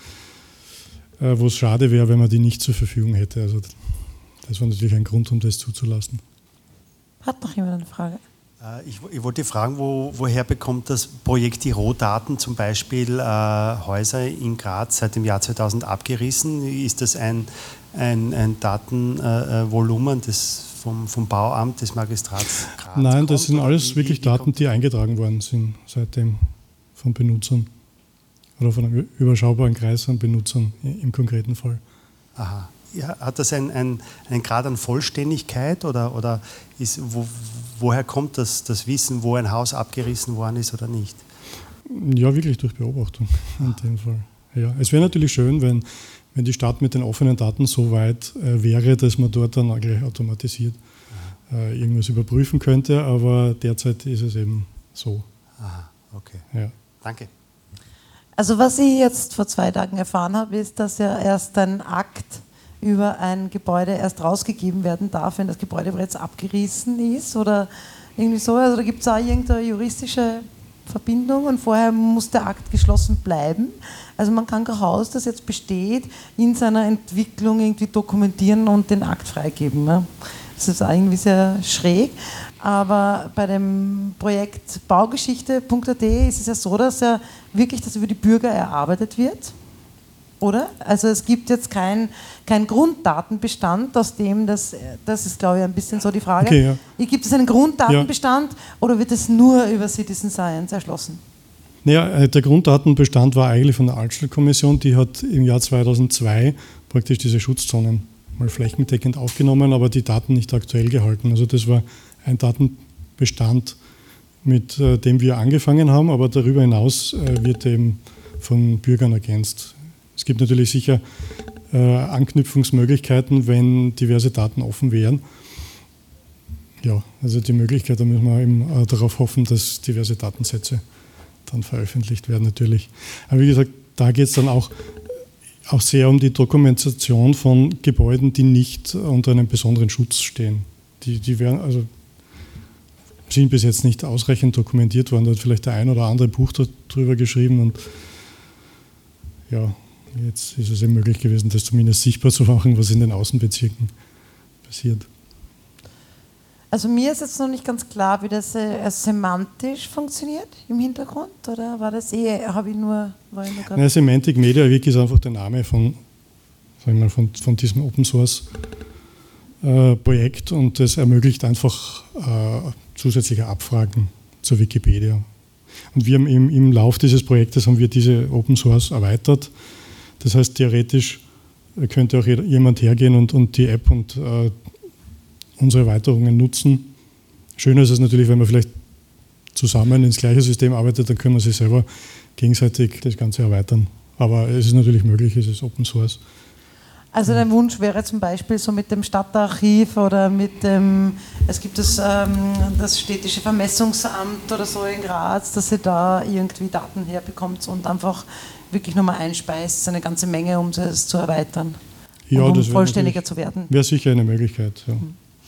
äh, wo es schade wäre, wenn man die nicht zur Verfügung hätte. Also das war natürlich ein Grund, um das zuzulassen. Hat noch jemand eine Frage? Ich, ich wollte fragen, wo, woher bekommt das Projekt die Rohdaten, zum Beispiel äh, Häuser in Graz seit dem Jahr zweitausend abgerissen? Ist das ein, ein, ein Datenvolumen äh, des, vom, vom Bauamt des Magistrats Graz? Nein, das sind kommt, alles wie, wirklich wie Daten, die eingetragen worden sind seitdem von Benutzern oder von einem überschaubaren Kreis an Benutzern im konkreten Fall. Aha. Ja, hat das einen, einen, einen Grad an Vollständigkeit oder, oder ist, wo, woher kommt das, das Wissen, wo ein Haus abgerissen worden ist oder nicht? Ja, wirklich durch Beobachtung in dem Fall. Ja, es wäre natürlich schön, wenn, wenn die Stadt mit den offenen Daten so weit äh, wäre, dass man dort dann gleich automatisiert äh, irgendwas überprüfen könnte, aber derzeit ist es eben so. Aha, okay. Ja. Danke. Also was ich jetzt vor zwei Tagen erfahren habe, ist, dass ja erst ein Akt über ein Gebäude erst rausgegeben werden darf, wenn das Gebäude bereits abgerissen ist oder irgendwie so. Also da gibt es auch irgendeine juristische Verbindung und vorher muss der Akt geschlossen bleiben. Also man kann kein Haus, das jetzt besteht, in seiner Entwicklung irgendwie dokumentieren und den Akt freigeben. Ne? Das ist irgendwie sehr schräg. Aber bei dem Projekt Baugeschichte Punkt a t ist es ja so, dass ja wirklich das über die Bürger erarbeitet wird. Oder? Also es gibt jetzt keinen kein Grunddatenbestand, aus dem das, das ist glaube ich ein bisschen so die Frage, okay, ja. Gibt es einen Grunddatenbestand ja. oder wird es nur über Citizen Science erschlossen? Naja, der Grunddatenbestand war eigentlich von der Altstadt-Kommission, die hat im Jahr zweitausendzwei praktisch diese Schutzzonen mal flächendeckend aufgenommen, aber die Daten nicht aktuell gehalten. Also das war ein Datenbestand, mit äh, dem wir angefangen haben, aber darüber hinaus äh, wird eben von Bürgern ergänzt. Es gibt natürlich sicher äh, Anknüpfungsmöglichkeiten, wenn diverse Daten offen wären. Ja, also die Möglichkeit, da müssen wir eben äh, darauf hoffen, dass diverse Datensätze dann veröffentlicht werden natürlich. Aber wie gesagt, da geht es dann auch, auch sehr um die Dokumentation von Gebäuden, die nicht unter einem besonderen Schutz stehen. Die, die werden, also sind bis jetzt nicht ausreichend dokumentiert worden. Da hat vielleicht der ein oder andere Buch darüber geschrieben und ja, jetzt ist es eben möglich gewesen, das zumindest sichtbar zu machen, was in den Außenbezirken passiert. Also mir ist jetzt noch nicht ganz klar, wie das äh, semantisch funktioniert im Hintergrund, oder war das eh, habe ich nur... War ich nur grad Na, Semantic Media Week ist einfach der Name von, sag ich mal, von, von diesem Open Source äh, Projekt und das ermöglicht einfach äh, zusätzliche Abfragen zur Wikipedia. Und wir haben im, im Lauf dieses Projektes haben wir diese Open Source erweitert. Das heißt, theoretisch könnte auch jemand hergehen und, und die App und äh, unsere Erweiterungen nutzen. Schöner ist es natürlich, wenn man vielleicht zusammen ins gleiche System arbeitet, dann können wir sich selber gegenseitig das Ganze erweitern. Aber es ist natürlich möglich, es ist Open Source. Also dein Wunsch wäre zum Beispiel so mit dem Stadtarchiv oder mit dem, es gibt das, ähm, das städtische Vermessungsamt oder so in Graz, dass ihr da irgendwie Daten herbekommt und einfach wirklich nochmal einspeist, eine ganze Menge, um es zu erweitern, ja, um das vollständiger zu werden. Wäre sicher eine Möglichkeit, ja.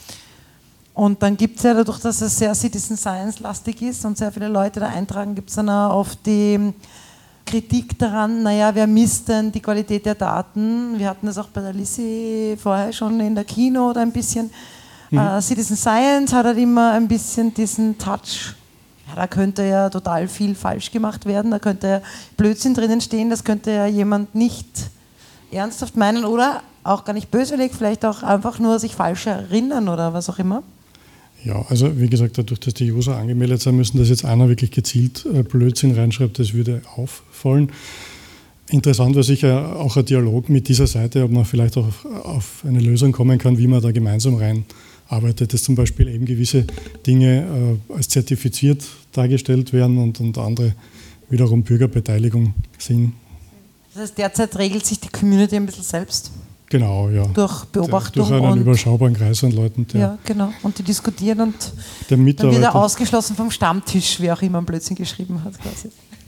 Und dann gibt es ja dadurch, dass es sehr Citizen Science-lastig ist und sehr viele Leute da eintragen, gibt es dann auch oft die Kritik daran, naja, wer misst denn die Qualität der Daten? Wir hatten das auch bei der Lissi vorher schon in der Keynote ein bisschen. Mhm. Uh, Citizen Science hat halt immer ein bisschen diesen Touch. Ja, da könnte ja total viel falsch gemacht werden, da könnte ja Blödsinn drinnen stehen, das könnte ja jemand nicht ernsthaft meinen oder auch gar nicht böswillig, vielleicht auch einfach nur sich falsch erinnern oder was auch immer. Ja, also wie gesagt, dadurch, dass die User angemeldet sein müssen, dass jetzt einer wirklich gezielt Blödsinn reinschreibt, das würde auffallen. Interessant wäre sicher auch ein Dialog mit dieser Seite, ob man vielleicht auch auf eine Lösung kommen kann, wie man da gemeinsam reinarbeitet, dass zum Beispiel eben gewisse Dinge äh, als zertifiziert dargestellt werden und, und andere wiederum Bürgerbeteiligung sind. Das heißt, derzeit regelt sich die Community ein bisschen selbst. Genau, ja. Durch Beobachtung. Durch einen und überschaubaren Kreis an Leuten. Der ja, genau. Und die diskutieren und der dann wird er ausgeschlossen vom Stammtisch, wie auch immer ein Blödsinn geschrieben hat. Quasi.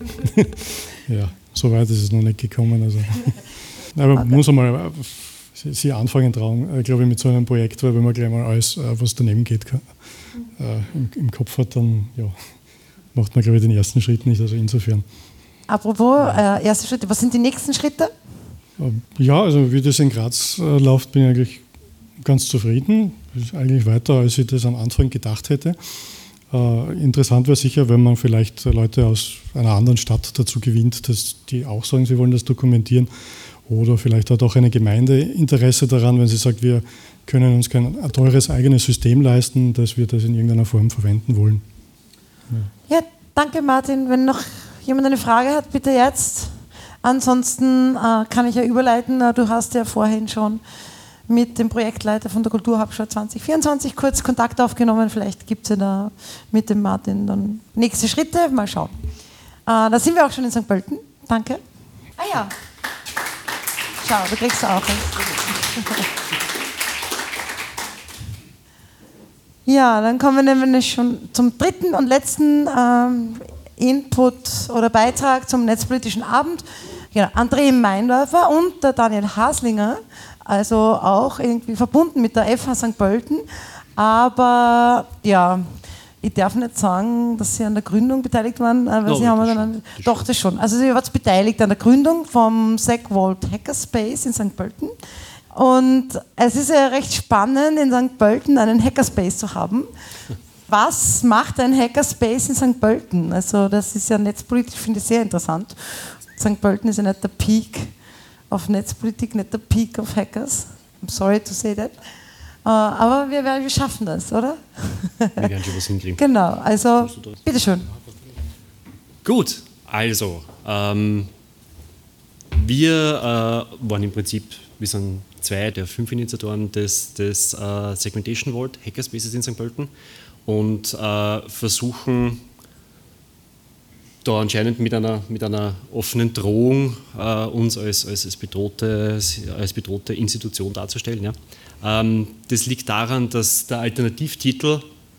Ja, so weit ist es noch nicht gekommen. Also. Aber man okay. muss einmal sie anfangen trauen, glaube ich, mit so einem Projekt, weil wenn man gleich mal alles, was daneben geht, kann, äh, im, im Kopf hat, dann ja, macht man, glaube ich, den ersten Schritt nicht. Also insofern. Apropos äh, erste Schritte, was sind die nächsten Schritte? Ja, also wie das in Graz äh, läuft, bin ich eigentlich ganz zufrieden. Das ist eigentlich weiter, als ich das am Anfang gedacht hätte. Äh, interessant wäre sicher, wenn man vielleicht Leute aus einer anderen Stadt dazu gewinnt, dass die auch sagen, sie wollen das dokumentieren. Oder vielleicht hat auch eine Gemeinde Interesse daran, wenn sie sagt, wir können uns kein ein teures eigenes System leisten, dass wir das in irgendeiner Form verwenden wollen. Ja, ja danke Martin. Wenn noch jemand eine Frage hat, bitte jetzt. Ansonsten äh, kann ich ja überleiten, du hast ja vorhin schon mit dem Projektleiter von der Kulturhauptstadt zwanzig vierundzwanzig kurz Kontakt aufgenommen. Vielleicht gibt es ja da mit dem Martin dann nächste Schritte. Mal schauen. Äh, da sind wir auch schon in Sankt Pölten. Danke. Ah ja. Schau, du kriegst auch was. Ja, dann kommen wir nämlich schon zum dritten und letzten ähm, Input oder Beitrag zum Netzpolitischen Abend. Genau, André Meindorfer und der Daniel Haslinger, also auch irgendwie verbunden mit der F H Sankt Pölten. Aber ja, ich darf nicht sagen, dass Sie an der Gründung beteiligt waren, aber no, Sie haben dann an, das doch, das schon. Also Sie waren beteiligt an der Gründung vom SegWault Hackerspace in Sankt Pölten. Und es ist ja recht spannend, in Sankt Pölten einen Hackerspace zu haben. Was macht ein Hackerspace in Sankt Pölten? Also das ist ja netzpolitisch, finde ich sehr interessant. Sankt Pölten ist ja nicht der Peak of Netzpolitik, nicht der Peak of Hackers. I'm sorry to say that. Uh, aber wir, wir schaffen das, oder? Wir werden schon was hinkriegen. Genau, also bitteschön. Gut, also ähm, wir äh, waren im Prinzip, wir sind zwei der fünf Initiatoren des, des äh, Segmentation Vault Hackerspaces in Sankt Pölten und äh, versuchen da anscheinend mit einer, mit einer offenen Drohung äh, uns als, als, als, bedrohte, als bedrohte Institution darzustellen. Ja. Ähm, das liegt daran, dass der Alternativtitel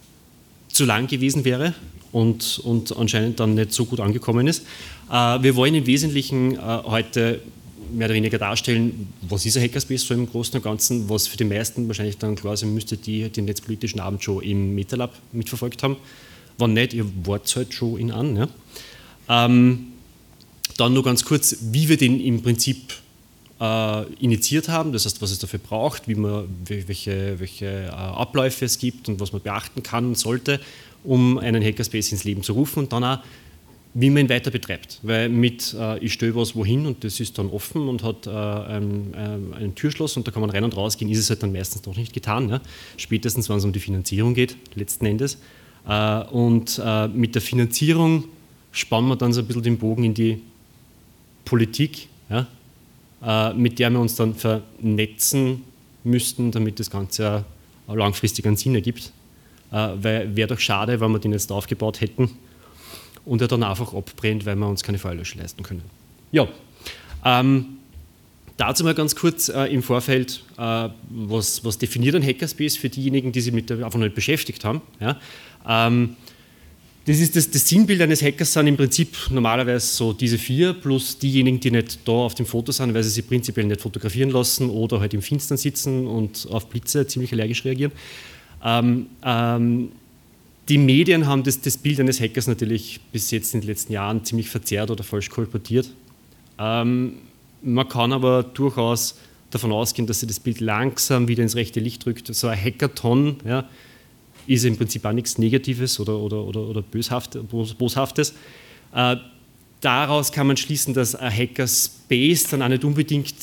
zu lang gewesen wäre und, und anscheinend dann nicht so gut angekommen ist. Äh, wir wollen im Wesentlichen äh, heute mehr oder weniger darstellen, was ist ein Hackerspace so im Großen und Ganzen, was für die meisten wahrscheinlich dann klar sein müsste, die den netzpolitischen Abend schon im MetaLab mitverfolgt haben. Wenn nicht, ihr wart halt schon ihn an. Ja. Ähm, dann nur ganz kurz, wie wir den im Prinzip äh, initiiert haben, das heißt, was es dafür braucht, wie man, welche, welche äh, Abläufe es gibt und was man beachten kann und sollte, um einen Hackerspace ins Leben zu rufen und dann auch, wie man ihn weiter betreibt. Weil mit, äh, ich stelle was wohin und das ist dann offen und hat äh, ein, äh, ein Türschloss und da kann man rein und rausgehen, ist es halt dann meistens noch nicht getan. Ja? Spätestens, wenn es um die Finanzierung geht, letzten Endes. Äh, und äh, mit der Finanzierung spannen wir dann so ein bisschen den Bogen in die Politik, ja, äh, mit der wir uns dann vernetzen müssten, damit das Ganze auch langfristig einen Sinn ergibt. Äh, weil wäre doch schade, wenn wir den jetzt aufgebaut hätten und er dann einfach abbrennt, weil wir uns keine Feuerlöscher leisten können. Ja, ähm, dazu mal ganz kurz äh, im Vorfeld, äh, was, was definiert ein Hackerspace für diejenigen, die sich mit der einfach nicht beschäftigt haben. Ja? Ähm, Das ist das, das Sinnbild eines Hackers sind im Prinzip normalerweise so diese vier, plus diejenigen, die nicht da auf dem Foto sind, weil sie sich prinzipiell nicht fotografieren lassen oder halt im Finstern sitzen und auf Blitze ziemlich allergisch reagieren. Ähm, ähm, die Medien haben das, das Bild eines Hackers natürlich bis jetzt in den letzten Jahren ziemlich verzerrt oder falsch kolportiert. Ähm, man kann aber durchaus davon ausgehen, dass sich das Bild langsam wieder ins rechte Licht rückt. So ein Hackathon, ja, ist im Prinzip auch nichts Negatives oder, oder, oder, oder Böshaft, Boshaftes. Äh, daraus kann man schließen, dass ein Hackerspace dann auch nicht unbedingt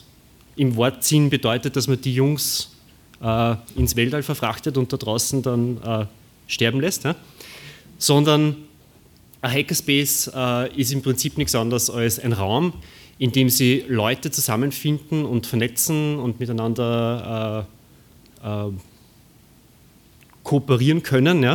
im Wortsinn bedeutet, dass man die Jungs äh, ins Weltall verfrachtet und da draußen dann äh, sterben lässt, ja? Sondern ein Hackerspace äh, ist im Prinzip nichts anderes als ein Raum, in dem sie Leute zusammenfinden und vernetzen und miteinander äh, äh, kooperieren können, ja,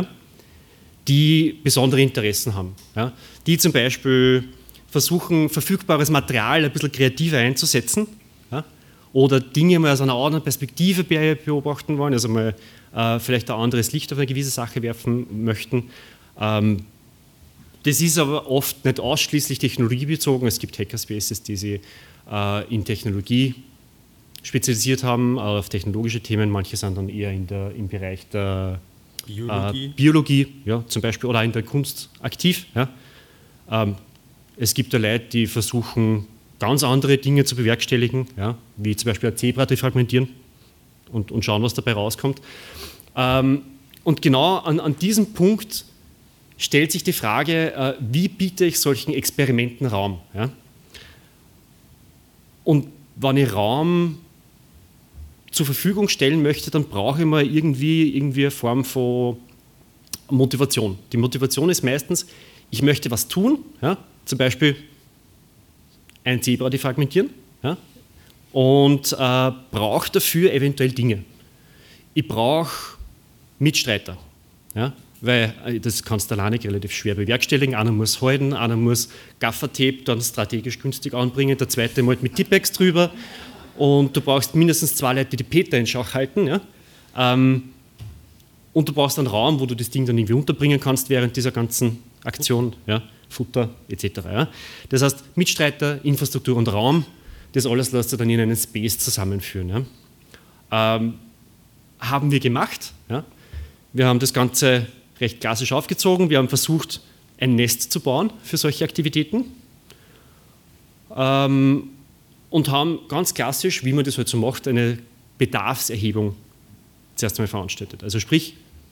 die besondere Interessen haben. Ja, die zum Beispiel versuchen, verfügbares Material ein bisschen kreativer einzusetzen, ja, oder Dinge mal aus einer anderen Perspektive beobachten wollen, also mal äh, vielleicht ein anderes Licht auf eine gewisse Sache werfen möchten. Ähm, das ist aber oft nicht ausschließlich technologiebezogen. Es gibt Hackerspaces, die sich äh, in Technologie spezialisiert haben, auf technologische Themen. Manche sind dann eher in der, im Bereich der Biologie, äh, Biologie ja, zum Beispiel, oder in der Kunst aktiv. Ja. Ähm, es gibt ja Leute, die versuchen, ganz andere Dinge zu bewerkstelligen, ja, wie zum Beispiel ein Zebra defragmentieren und, und schauen, was dabei rauskommt. Ähm, und genau an, an diesem Punkt stellt sich die Frage, äh, wie biete ich solchen Experimenten Raum? Ja? Und wenn ich Raum zur Verfügung stellen möchte, dann brauche ich mal irgendwie, irgendwie eine Form von Motivation. Die Motivation ist meistens, ich möchte was tun, ja, zum Beispiel ein Zebra defragmentieren, ja, und äh, brauche dafür eventuell Dinge. Ich brauche Mitstreiter, ja, weil äh, das kannst du alleine relativ schwer bewerkstelligen. Einer muss halten, einer muss Gaffertape dann strategisch günstig anbringen, der zweite malt mit Tippex drüber. Und du brauchst mindestens zwei Leute, die die Peter in Schach halten. Ja? Ähm, und du brauchst einen Raum, wo du das Ding dann irgendwie unterbringen kannst während dieser ganzen Aktion, ja, Futter et cetera. Ja. Das heißt, Mitstreiter, Infrastruktur und Raum, das alles lässt sich dann in einen Space zusammenführen. Ja. Ähm, haben wir gemacht. Ja. Wir haben das Ganze recht klassisch aufgezogen. Wir haben versucht, ein Nest zu bauen für solche Aktivitäten ähm, und haben ganz klassisch, wie man das halt so macht, eine Bedarfserhebung zuerst einmal veranstaltet. Also sprich,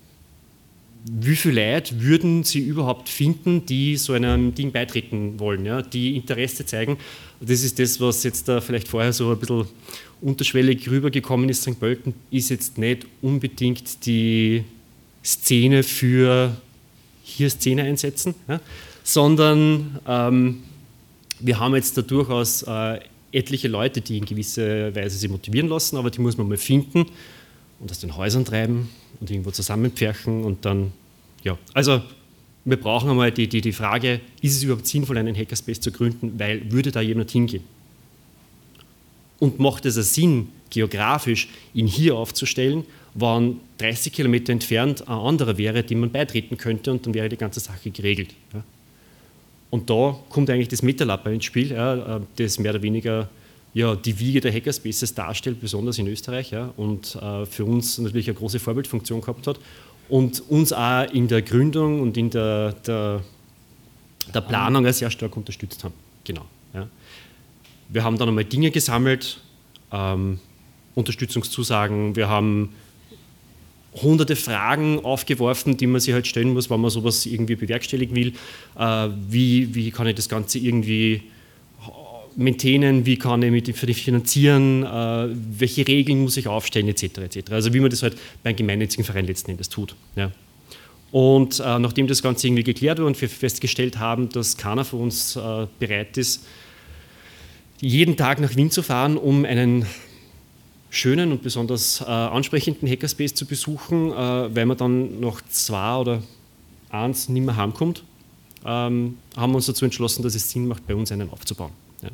wie viele Leute würden Sie überhaupt finden, die so einem Ding beitreten wollen, ja, die Interesse zeigen. Das ist das, was jetzt da vielleicht vorher so ein bisschen unterschwellig rübergekommen ist. Sankt Pölten ist jetzt nicht unbedingt die Szene für hier Szene einsetzen, ja, sondern ähm, wir haben jetzt da durchaus äh, etliche Leute, die in gewisser Weise sich motivieren lassen, aber die muss man mal finden und aus den Häusern treiben und irgendwo zusammenpferchen und dann, ja, also wir brauchen einmal die, die, die Frage, ist es überhaupt sinnvoll, einen Hackerspace zu gründen, weil würde da jemand hingehen? Und macht es einen Sinn, geografisch ihn hier aufzustellen, wenn dreißig Kilometer entfernt ein anderer wäre, dem man beitreten könnte und dann wäre die ganze Sache geregelt. Ja. Und da kommt eigentlich das MetaLab ins Spiel, ja, das mehr oder weniger ja, die Wiege der Hackerspaces darstellt, besonders in Österreich, ja, und äh, für uns natürlich eine große Vorbildfunktion gehabt hat und uns auch in der Gründung und in der, der, der Planung auch sehr stark unterstützt haben. Genau, ja. Wir haben dann einmal Dinge gesammelt, ähm, Unterstützungszusagen, wir haben hunderte Fragen aufgeworfen, die man sich halt stellen muss, wenn man sowas irgendwie bewerkstelligen will. Äh, wie, wie kann ich das Ganze irgendwie maintainen, wie kann ich mit für die finanzieren, äh, welche Regeln muss ich aufstellen, et cetera et cetera. Also wie man das halt beim gemeinnützigen Verein letzten Endes tut. Ja. Und äh, nachdem das Ganze irgendwie geklärt wurde und wir festgestellt haben, dass keiner von uns äh, bereit ist, jeden Tag nach Wien zu fahren, um einen schönen und besonders äh, ansprechenden Hackerspace zu besuchen, äh, weil man dann noch zwei oder eins nicht mehr heimkommt, ähm, haben wir uns dazu entschlossen, dass es Sinn macht, bei uns einen aufzubauen. Ja,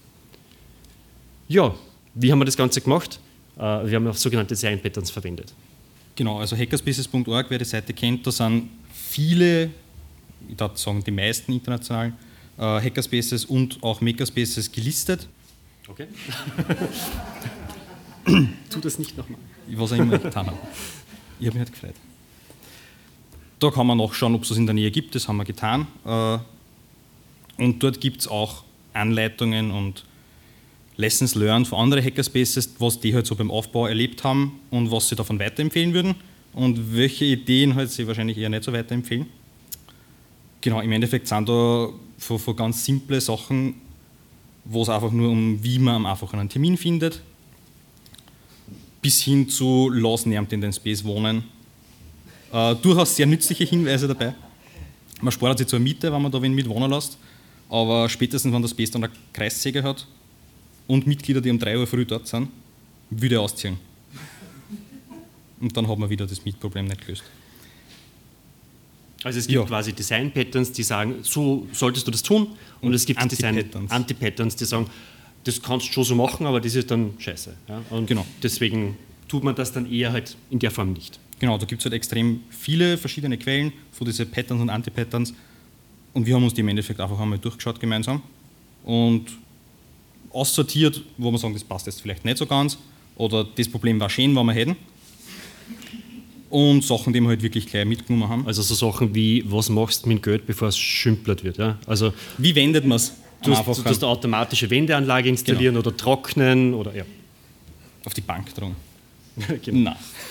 ja, wie haben wir das Ganze gemacht? Äh, wir haben auch sogenannte Design Patterns verwendet. Genau, also hackerspaces punkt org, wer die Seite kennt, da sind viele, ich würde sagen die meisten internationalen äh, Hackerspaces und auch Makerspaces gelistet. Okay. Tu das nicht nochmal. Was auch immer getan habe. Ich habe mich halt gefreut. Da kann man nachschauen, ob es das in der Nähe gibt, das haben wir getan. Und dort gibt es auch Anleitungen und Lessons learned von anderen Hackerspaces, was die halt so beim Aufbau erlebt haben und was sie davon weiterempfehlen würden und welche Ideen halt sie wahrscheinlich eher nicht so weiterempfehlen. Genau, im Endeffekt sind da von, von ganz simple Sachen, wo es einfach nur um, wie man am einfachen einen Termin findet, bis hin zu lass niemand in den Space wohnen. Äh, durchaus sehr nützliche Hinweise dabei. Man spart sich zur Miete, wenn man da wen mit wohnen lässt, aber spätestens, wenn der Space dann eine Kreissäge hat und Mitglieder, die um drei Uhr früh dort sind, würde er ausziehen. Und dann hat man wieder das Mietproblem nicht gelöst. Also es gibt ja quasi Design-Patterns, die sagen, so solltest du das tun, und, und es gibt Anti-Patterns, Anti-Patterns, die sagen, das kannst du schon so machen, aber das ist dann scheiße. Ja? Und genau. Deswegen tut man das dann eher halt in der Form nicht. Genau, da gibt es halt extrem viele verschiedene Quellen von diesen Patterns und Anti-Patterns und wir haben uns die im Endeffekt einfach einmal durchgeschaut gemeinsam und aussortiert, wo wir sagen, das passt jetzt vielleicht nicht so ganz oder das Problem war schön, was wir hätten. Und Sachen, die wir halt wirklich gleich mitgenommen haben. Also so Sachen wie, was machst du mit dem Geld, bevor es schümplert wird. Ja? Also wie wendet man es? Du hast, du hast eine automatische Wendeanlage installieren, genau, oder trocknen oder ja. Auf die Bank dran. Genau. Nein.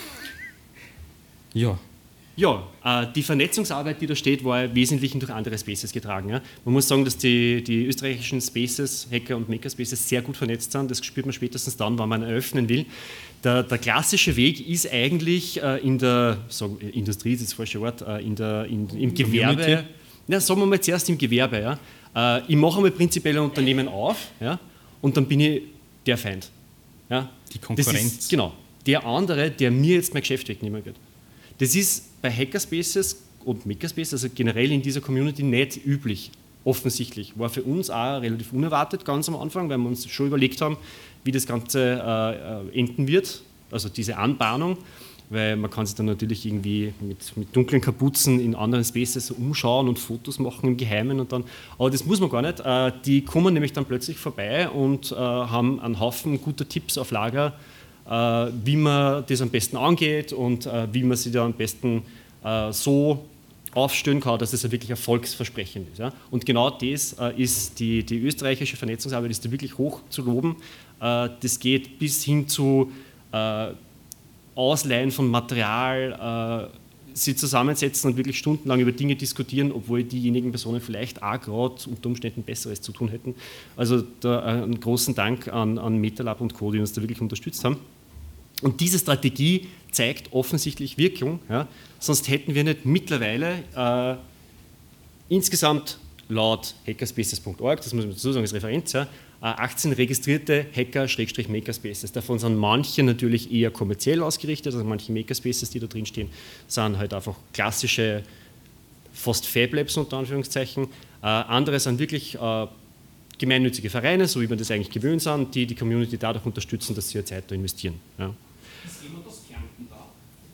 Ja. Ja, äh, die Vernetzungsarbeit, die da steht, war im Wesentlichen durch andere Spaces getragen. Ja. Man muss sagen, dass die, die österreichischen Spaces, Hacker- und Makerspaces, sehr gut vernetzt sind. Das spürt man spätestens dann, wenn man eröffnen will. Der, der klassische Weg ist eigentlich äh, in der, sagen, Industrie ist das falsche Wort, äh, in der, in, im Gewerbe. Ja, sagen wir mal zuerst im Gewerbe. Ja. Äh, ich mache einmal prinzipiell ein Unternehmen auf, ja, und dann bin ich der Feind. Ja. Die Konkurrenz. Das ist, genau. Der andere, der mir jetzt mein Geschäft wegnehmen wird. Das ist bei Hackerspaces und Makerspaces, also generell in dieser Community, nicht üblich, offensichtlich. War für uns auch relativ unerwartet ganz am Anfang, weil wir uns schon überlegt haben, wie das Ganze äh, enden wird, also diese Anbahnung. weil man kann sich dann natürlich irgendwie mit, mit dunklen Kapuzen in anderen Spaces umschauen und Fotos machen im Geheimen und dann, aber das muss man gar nicht. Äh, die kommen nämlich dann plötzlich vorbei und äh, haben einen Haufen guter Tipps auf Lager, äh, wie man das am besten angeht und äh, wie man sich da am besten äh, so aufstellen kann, dass es das wirklich erfolgsversprechend ist. Ja? Und genau das äh, ist die, die österreichische Vernetzungsarbeit ist da wirklich hoch zu loben. Äh, das geht bis hin zu äh, Ausleihen von Material, äh, sie zusammensetzen und wirklich stundenlang über Dinge diskutieren, obwohl diejenigen Personen vielleicht auch gerade unter Umständen Besseres zu tun hätten. Also da äh, einen großen Dank an, an MetaLab und Co., die uns da wirklich unterstützt haben. Und diese Strategie zeigt offensichtlich Wirkung, ja? Sonst hätten wir nicht mittlerweile äh, insgesamt laut hackerspaces punkt org, das muss man dazu sagen als Referenz, ja, achtzehn registrierte Hacker-Makerspaces. Davon sind manche natürlich eher kommerziell ausgerichtet, also manche Makerspaces, die da drin stehen, sind halt einfach klassische fast Fab Labs unter Anführungszeichen. Äh, andere sind wirklich äh, gemeinnützige Vereine, so wie wir das eigentlich gewöhnt sind, die die Community dadurch unterstützen, dass sie ihre Zeit da investieren. Ja. Ist jemand aus Kärnten da?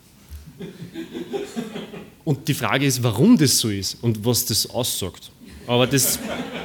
Und die Frage ist, warum das so ist und was das aussagt. Aber das...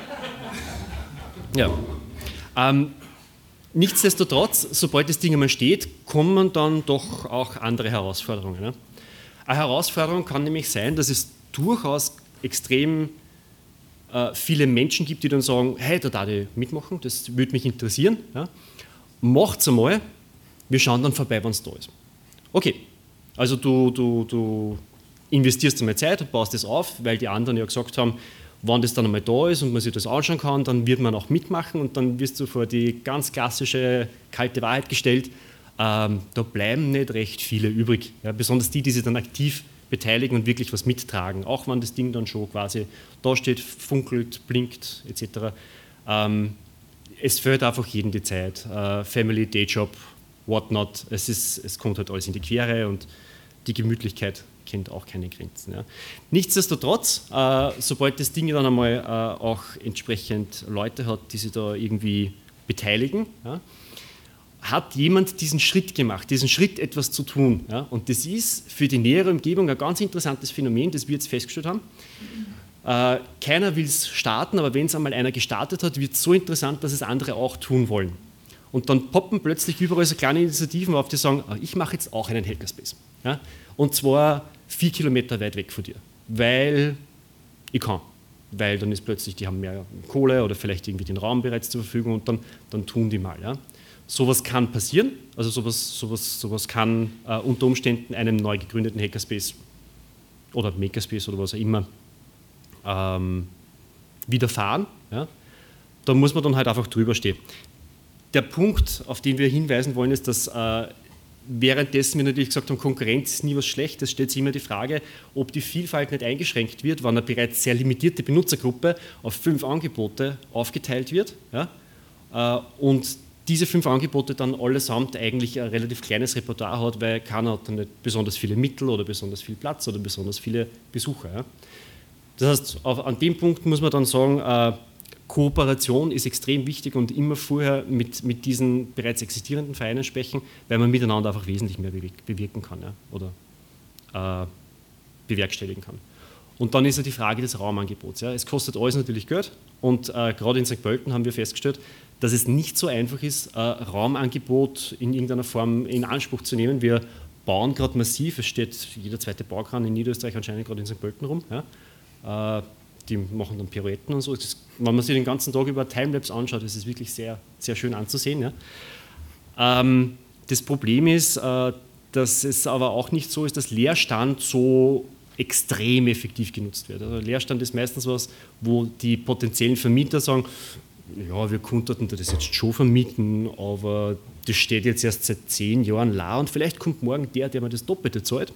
Ja. Ähm, nichtsdestotrotz, sobald das Ding einmal steht, kommen dann doch auch andere Herausforderungen. Ne? Eine Herausforderung kann nämlich sein, dass es durchaus extrem äh, viele Menschen gibt, die dann sagen, hey, da darf ich mitmachen, das würde mich interessieren. Ja? Macht's einmal, wir schauen dann vorbei, wenn es da ist. Okay, also du, du, du investierst einmal Zeit und baust das auf, weil die anderen ja gesagt haben, wenn das dann einmal da ist und man sich das anschauen kann, dann wird man auch mitmachen und dann wirst du vor die ganz klassische kalte Wahrheit gestellt, ähm, da bleiben nicht recht viele übrig. Ja, besonders die, die sich dann aktiv beteiligen und wirklich was mittragen, auch wenn das Ding dann schon quasi da steht, funkelt, blinkt et cetera. Ähm, es fehlt einfach jedem die Zeit. Äh, Family, Dayjob, whatnot. Es, ist, es kommt halt alles in die Quere und die Gemütlichkeit kennt auch keine Grenzen. Ja. Nichtsdestotrotz, äh, sobald das Ding dann einmal äh, auch entsprechend Leute hat, die sich da irgendwie beteiligen, ja, hat jemand diesen Schritt gemacht, diesen Schritt etwas zu tun. Ja. Und das ist für die nähere Umgebung ein ganz interessantes Phänomen, das wir jetzt festgestellt haben. Äh, keiner will es starten, aber wenn es einmal einer gestartet hat, wird es so interessant, dass es andere auch tun wollen. Und dann poppen plötzlich überall so kleine Initiativen auf, die sagen, ich mache jetzt auch einen Hackerspace. Ja. Und zwar vier Kilometer weit weg von dir, weil ich kann. Weil dann ist plötzlich, die haben mehr Kohle oder vielleicht irgendwie den Raum bereits zur Verfügung und dann, dann tun die mal. Ja. Sowas kann passieren, also sowas, sowas, sowas kann äh, unter Umständen einem neu gegründeten Hackerspace oder Makerspace oder was auch immer ähm, widerfahren. Ja. Da muss man dann halt einfach drüber stehen. Der Punkt, auf den wir hinweisen wollen, ist, dass äh, währenddessen wir natürlich gesagt haben, Konkurrenz ist nie was Schlechtes, stellt sich immer die Frage, ob die Vielfalt nicht eingeschränkt wird, wenn eine bereits sehr limitierte Benutzergruppe auf fünf Angebote aufgeteilt wird. Ja, äh, und diese fünf Angebote dann allesamt eigentlich ein relativ kleines Repertoire hat, weil keiner hat dann nicht besonders viele Mittel oder besonders viel Platz oder besonders viele Besucher. Ja. Das heißt, auf, an dem Punkt muss man dann sagen, äh, Kooperation ist extrem wichtig und immer vorher mit, mit diesen bereits existierenden Vereinen sprechen, weil man miteinander einfach wesentlich mehr bewirken kann, ja, oder äh, bewerkstelligen kann. Und dann ist ja die Frage des Raumangebots. Ja. Es kostet alles natürlich Geld und äh, gerade in Sankt Pölten haben wir festgestellt, dass es nicht so einfach ist, äh, Raumangebot in irgendeiner Form in Anspruch zu nehmen. Wir bauen gerade massiv, es steht jeder zweite Baukran in Niederösterreich anscheinend gerade in Sankt Pölten rum. Ja. Äh, die machen dann Pirouetten und so. Ist, wenn man sich den ganzen Tag über Timelapse anschaut, ist es wirklich sehr, sehr schön anzusehen. Ja. Ähm, das Problem ist, äh, dass es aber auch nicht so ist, dass Leerstand so extrem effektiv genutzt wird. Also Leerstand ist meistens was, wo die potenziellen Vermieter sagen, ja, wir konnten das jetzt schon vermieten, aber das steht jetzt erst seit zehn Jahren leer und vielleicht kommt morgen der, der mir das Doppelte zahlt.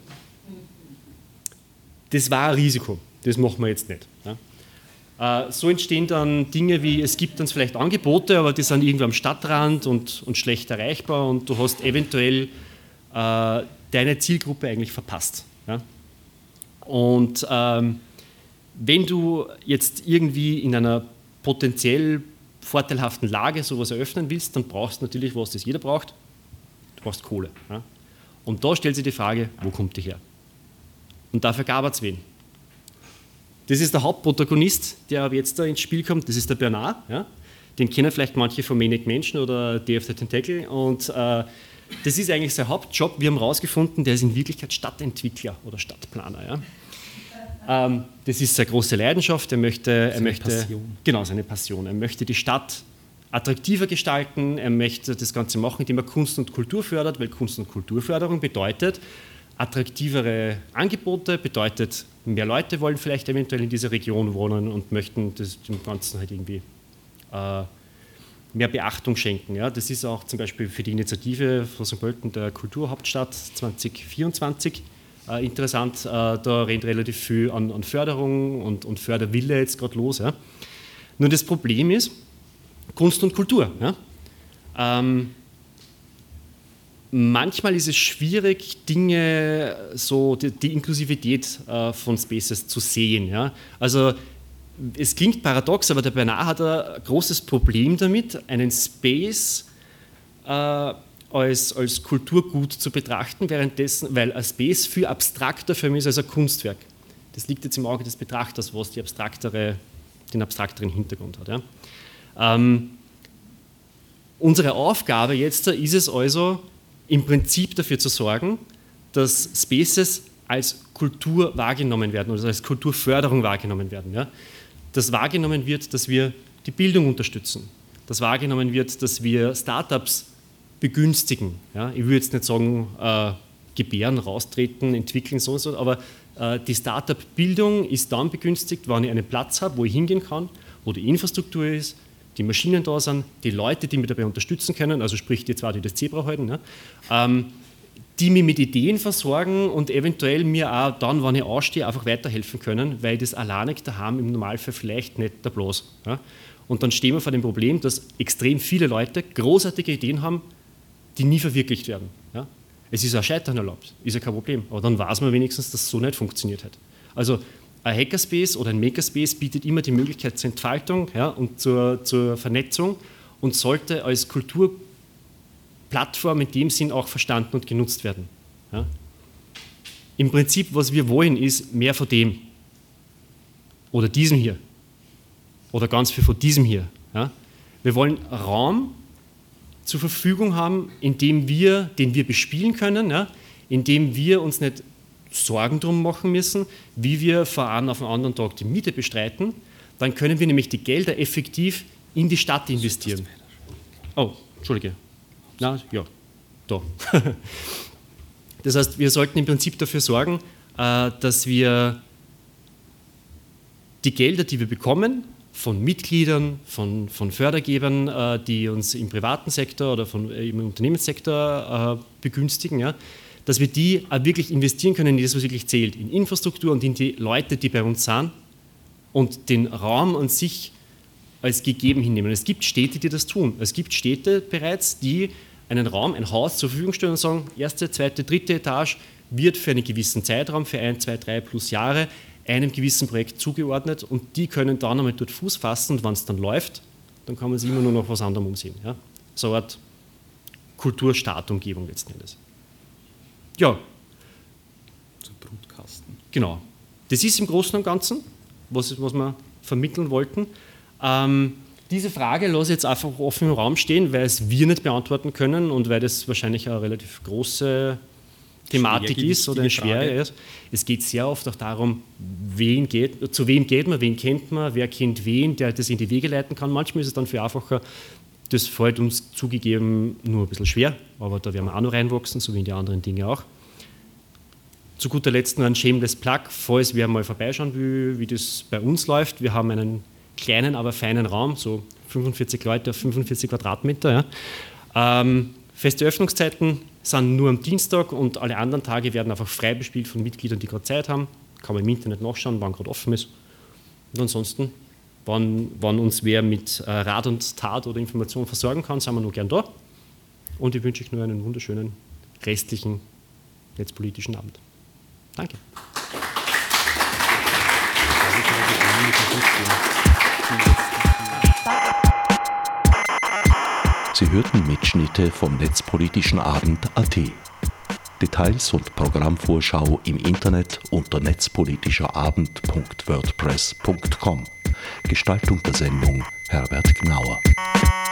Das war ein Risiko. Das machen wir jetzt nicht. Ja. Äh, so entstehen dann Dinge wie, es gibt dann vielleicht Angebote, aber die sind irgendwie am Stadtrand und, und schlecht erreichbar und du hast eventuell äh, deine Zielgruppe eigentlich verpasst. Ja. Und ähm, wenn du jetzt irgendwie in einer potenziell vorteilhaften Lage sowas eröffnen willst, dann brauchst du natürlich was, das jeder braucht, du brauchst Kohle. Ja. Und da stellt sich die Frage, wo kommt die her? Und dafür gab es wen. Das ist der Hauptprotagonist, der aber jetzt da ins Spiel kommt, das ist der Bernard. Ja? Den kennen vielleicht manche von Maniac Mansion oder Day of the Tentacle. Und äh, das ist eigentlich sein Hauptjob. Wir haben herausgefunden, der ist in Wirklichkeit Stadtentwickler oder Stadtplaner. Ja? Ähm, das ist seine große Leidenschaft. Er möchte, er seine möchte, Passion. Genau, seine Passion. Er möchte die Stadt attraktiver gestalten. Er möchte das Ganze machen, indem er Kunst und Kultur fördert, weil Kunst- und Kulturförderung bedeutet, attraktivere Angebote, bedeutet, mehr Leute wollen vielleicht eventuell in dieser Region wohnen und möchten das, dem Ganzen halt irgendwie äh, mehr Beachtung schenken. Ja. Das ist auch zum Beispiel für die Initiative von Sankt Pölten der Kulturhauptstadt zwanzig vierundzwanzig äh, interessant. Äh, da rennt relativ viel an, an Förderung und, und Förderwille jetzt gerade los. Ja. Nur das Problem ist, Kunst und Kultur. Ja. Ähm, manchmal ist es schwierig, Dinge, so die, die Inklusivität äh, von Spaces zu sehen. Ja. Also es klingt paradox, aber der Bernard hat ein großes Problem damit, einen Space äh, als, als Kulturgut zu betrachten, währenddessen, weil ein Space viel abstrakter für mich ist als ein Kunstwerk. Das liegt jetzt im Auge des Betrachters, was die abstraktere, den abstrakteren Hintergrund hat. Ja. Ähm, unsere Aufgabe jetzt ist es also, im Prinzip dafür zu sorgen, dass Spaces als Kultur wahrgenommen werden oder als Kulturförderung wahrgenommen werden. Ja. Dass wahrgenommen wird, dass wir die Bildung unterstützen, dass wahrgenommen wird, dass wir Startups begünstigen. Ja. Ich würde jetzt nicht sagen, äh, gebären, raustreten, entwickeln, so und so, aber äh, die Startup-Bildung ist dann begünstigt, wenn ich einen Platz habe, wo ich hingehen kann, wo die Infrastruktur ist, die Maschinen da sind, die Leute, die mich dabei unterstützen können, also sprich die zwei, die das Zebra halten, ja, ähm, die mich mit Ideen versorgen und eventuell mir auch dann, wenn ich ausstehe, einfach weiterhelfen können, weil das alleinig daheim im Normalfall vielleicht nicht der Bloß. Ja. Und dann stehen wir vor dem Problem, dass extrem viele Leute großartige Ideen haben, die nie verwirklicht werden. Ja. Es ist auch Scheitern erlaubt, ist ja kein Problem, aber dann weiß man wenigstens, dass es so nicht funktioniert hat. Also ein Hackerspace oder ein Makerspace bietet immer die Möglichkeit zur Entfaltung, ja, und zur, zur Vernetzung und sollte als Kulturplattform in dem Sinn auch verstanden und genutzt werden. Ja. Im Prinzip, was wir wollen, ist mehr von dem oder diesem hier oder ganz viel von diesem hier. Ja. Wir wollen Raum zur Verfügung haben, in dem wir, den wir bespielen können, ja, in dem wir uns nicht Sorgen drum machen müssen, wie wir von einem auf den anderen Tag die Miete bestreiten, dann können wir nämlich die Gelder effektiv in die Stadt investieren. Oh, Entschuldige. Na, ja, da. Das heißt, wir sollten im Prinzip dafür sorgen, dass wir die Gelder, die wir bekommen, von Mitgliedern, von, von Fördergebern, die uns im privaten Sektor oder von, im Unternehmenssektor begünstigen, ja, dass wir die auch wirklich investieren können in das, was wirklich zählt, in Infrastruktur und in die Leute, die bei uns sind und den Raum an sich als gegeben hinnehmen. Es gibt Städte, die das tun. Es gibt Städte bereits, die einen Raum, ein Haus zur Verfügung stellen und sagen, erste, zweite, dritte Etage wird für einen gewissen Zeitraum, für ein, zwei, drei plus Jahre, einem gewissen Projekt zugeordnet und die können dann einmal dort Fuß fassen und wenn es dann läuft, dann kann man sich immer nur noch was anderem umsehen. Ja? So eine Art Kulturstaatumgebung letzten Endes. Ja. Zum Brutkasten. Genau. Das ist im Großen und Ganzen, was, was wir vermitteln wollten. Ähm, diese Frage lasse ich jetzt einfach offen im Raum stehen, weil es wir nicht beantworten können und weil das wahrscheinlich eine relativ große Thematik ist oder schwer ist. Es geht sehr oft auch darum, wen geht, zu wem geht man, wen kennt man, wer kennt wen, der das in die Wege leiten kann. Manchmal ist es dann viel einfacher. Das fällt uns zugegeben nur ein bisschen schwer, aber da werden wir auch noch reinwachsen, so wie in die anderen Dinge auch. Zu guter Letzt noch ein shameless Plug, falls wer mal vorbeischauen will, wie das bei uns läuft. Wir haben einen kleinen, aber feinen Raum, so fünfundvierzig Leute auf fünfundvierzig Quadratmeter. Ja. Ähm, feste Öffnungszeiten sind nur am Dienstag und alle anderen Tage werden einfach frei bespielt von Mitgliedern, die gerade Zeit haben. Kann man im Internet nachschauen, wann gerade offen ist. Und ansonsten, Wann, wann uns wer mit äh, Rat und Tat oder Information versorgen kann, sind wir nur gern da. Und ich wünsche euch nur einen wunderschönen restlichen netzpolitischen Abend. Danke. Sie hörten Mitschnitte vom Netzpolitischen Abend punkt a t. Details und Programmvorschau im Internet unter netzpolitischerabend punkt wordpress punkt com. Gestaltung der Sendung Herbert Gnauer.